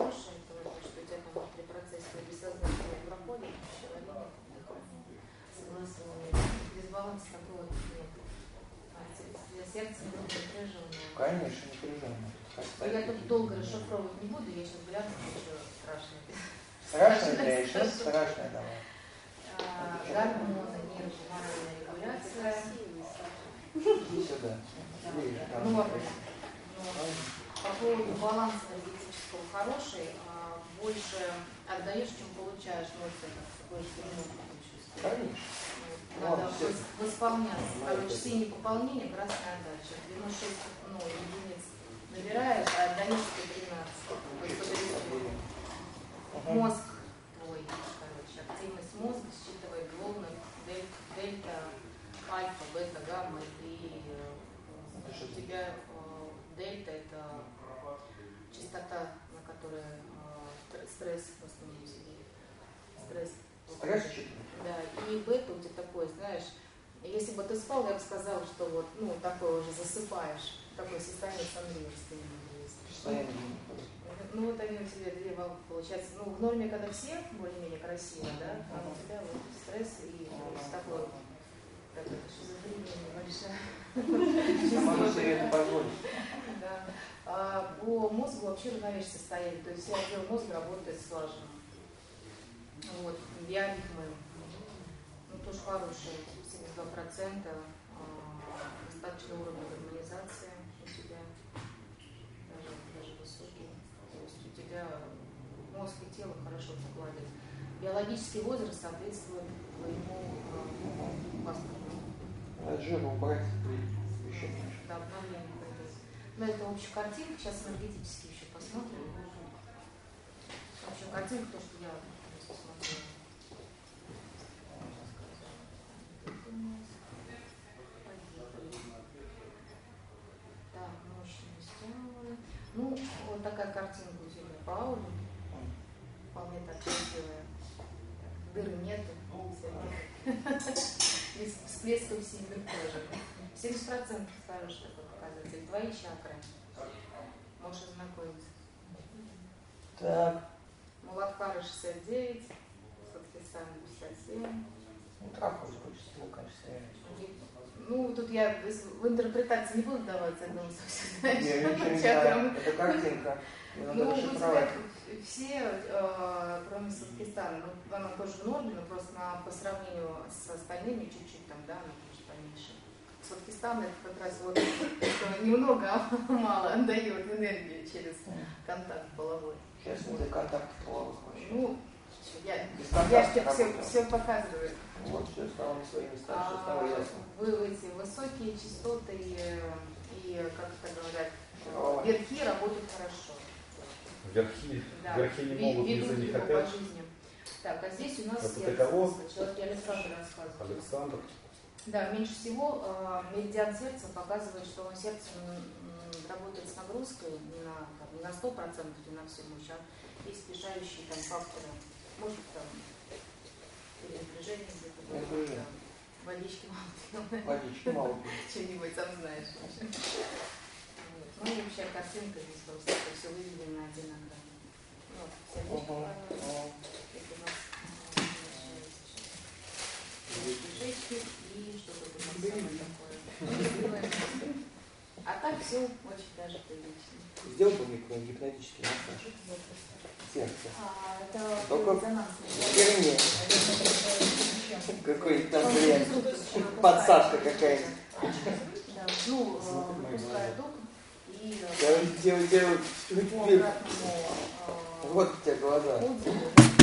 дисбаланса такого нет. Для сердца напряженное. Конечно, напряженное. Я тут долго расшифровывать не буду, я сейчас гляну, что страшное. Страшное, что страшное, давай. Гормоны, нейрогуморальная регуляция. Иди сюда. Нормы. По поводу баланса энергетического хороший, больше отдаешь, чем получаешь, но это больше чувствуешь. Конечно. Надо восполняться. Короче, синее пополнение, красная отдача. 96 единиц набираешь, а отдаешь 113. Мозг твой, короче, активность мозга считывает волны дельта, альфа, бета, гамма, и у тебя дельта это частота, на которой стресс в основном сидит. Стресс считывает? Да, и бета у тебя такой, знаешь, если бы ты спал, я бы сказала, что вот, такое уже засыпаешь, такое состояние сонливости есть. Ну вот они у тебя две волны, получается, в норме, когда все более-менее красиво, да, а у тебя вот стресс и такой, шизофрения небольшая. Могу себе это позволить. Да. А по мозгу вообще равновесие состояние, то есть все отделы мозга работают слаженно. Вот, биоритмы, тоже хорошие, 72%, достаточный уровень гармонизации у тебя, даже высокий, то есть у тебя мозг и тело хорошо складывают. Биологический возраст соответствует твоему паспорту. Жир убрать еще меньше. Да, обновление пойдет. Но это общая картинка, сейчас энергетически еще посмотрим. Общая картинка, то, что я посмотрела. Так, мощность тела. Вот такая картинка у тебя по ауре. Вполне так красивая. Дыры нету. Без всплесков сильных тоже. 70% хороший такой показатель. Твои чакры. Можешь ознакомиться. Так. Муладхара 69, Садхистан 57. Траху хочется, конечно. Тут я в интерпретации не буду давать, я думаю, совсем Я ничего не знаю. Это картинка. у тебя все, кроме Садхистана, она тоже в норме, но просто по сравнению с остальными чуть-чуть там, да, она тоже поменьше. Садхистан это как раз вот немного, а мало дает энергию через контакт половой. Сейчас не контакт половой. Я же тебе все показываю. Вот, все стало на свои места, все стало ясно. Вы эти высокие частоты и как это говорят, верхи работают хорошо. Верхи не могут, низы не хотят. Так, а здесь у нас человек Александр рассказывает. Александр. Да, меньше всего меридиан сердца показывает, что сердце работает с нагрузкой не на 100%, не на всю мощь, а есть мешающие там факторы. Может там перенапряжение где-то, водички мало пьем. Водички мало пьем. Что-нибудь сам знаешь. Общая картинка здесь просто все выведено одинаково. Сердечко правильно. Это у нас кишечник и что-то такое. А так все очень даже прилично. Сделал бы мне гипнотический массаж. Сердце. Это только резонансный. Херня. Какой-нибудь там, блин, подсадка какая-нибудь. Да, выпускаю дух и... Делаю. Вот у тебя глаза.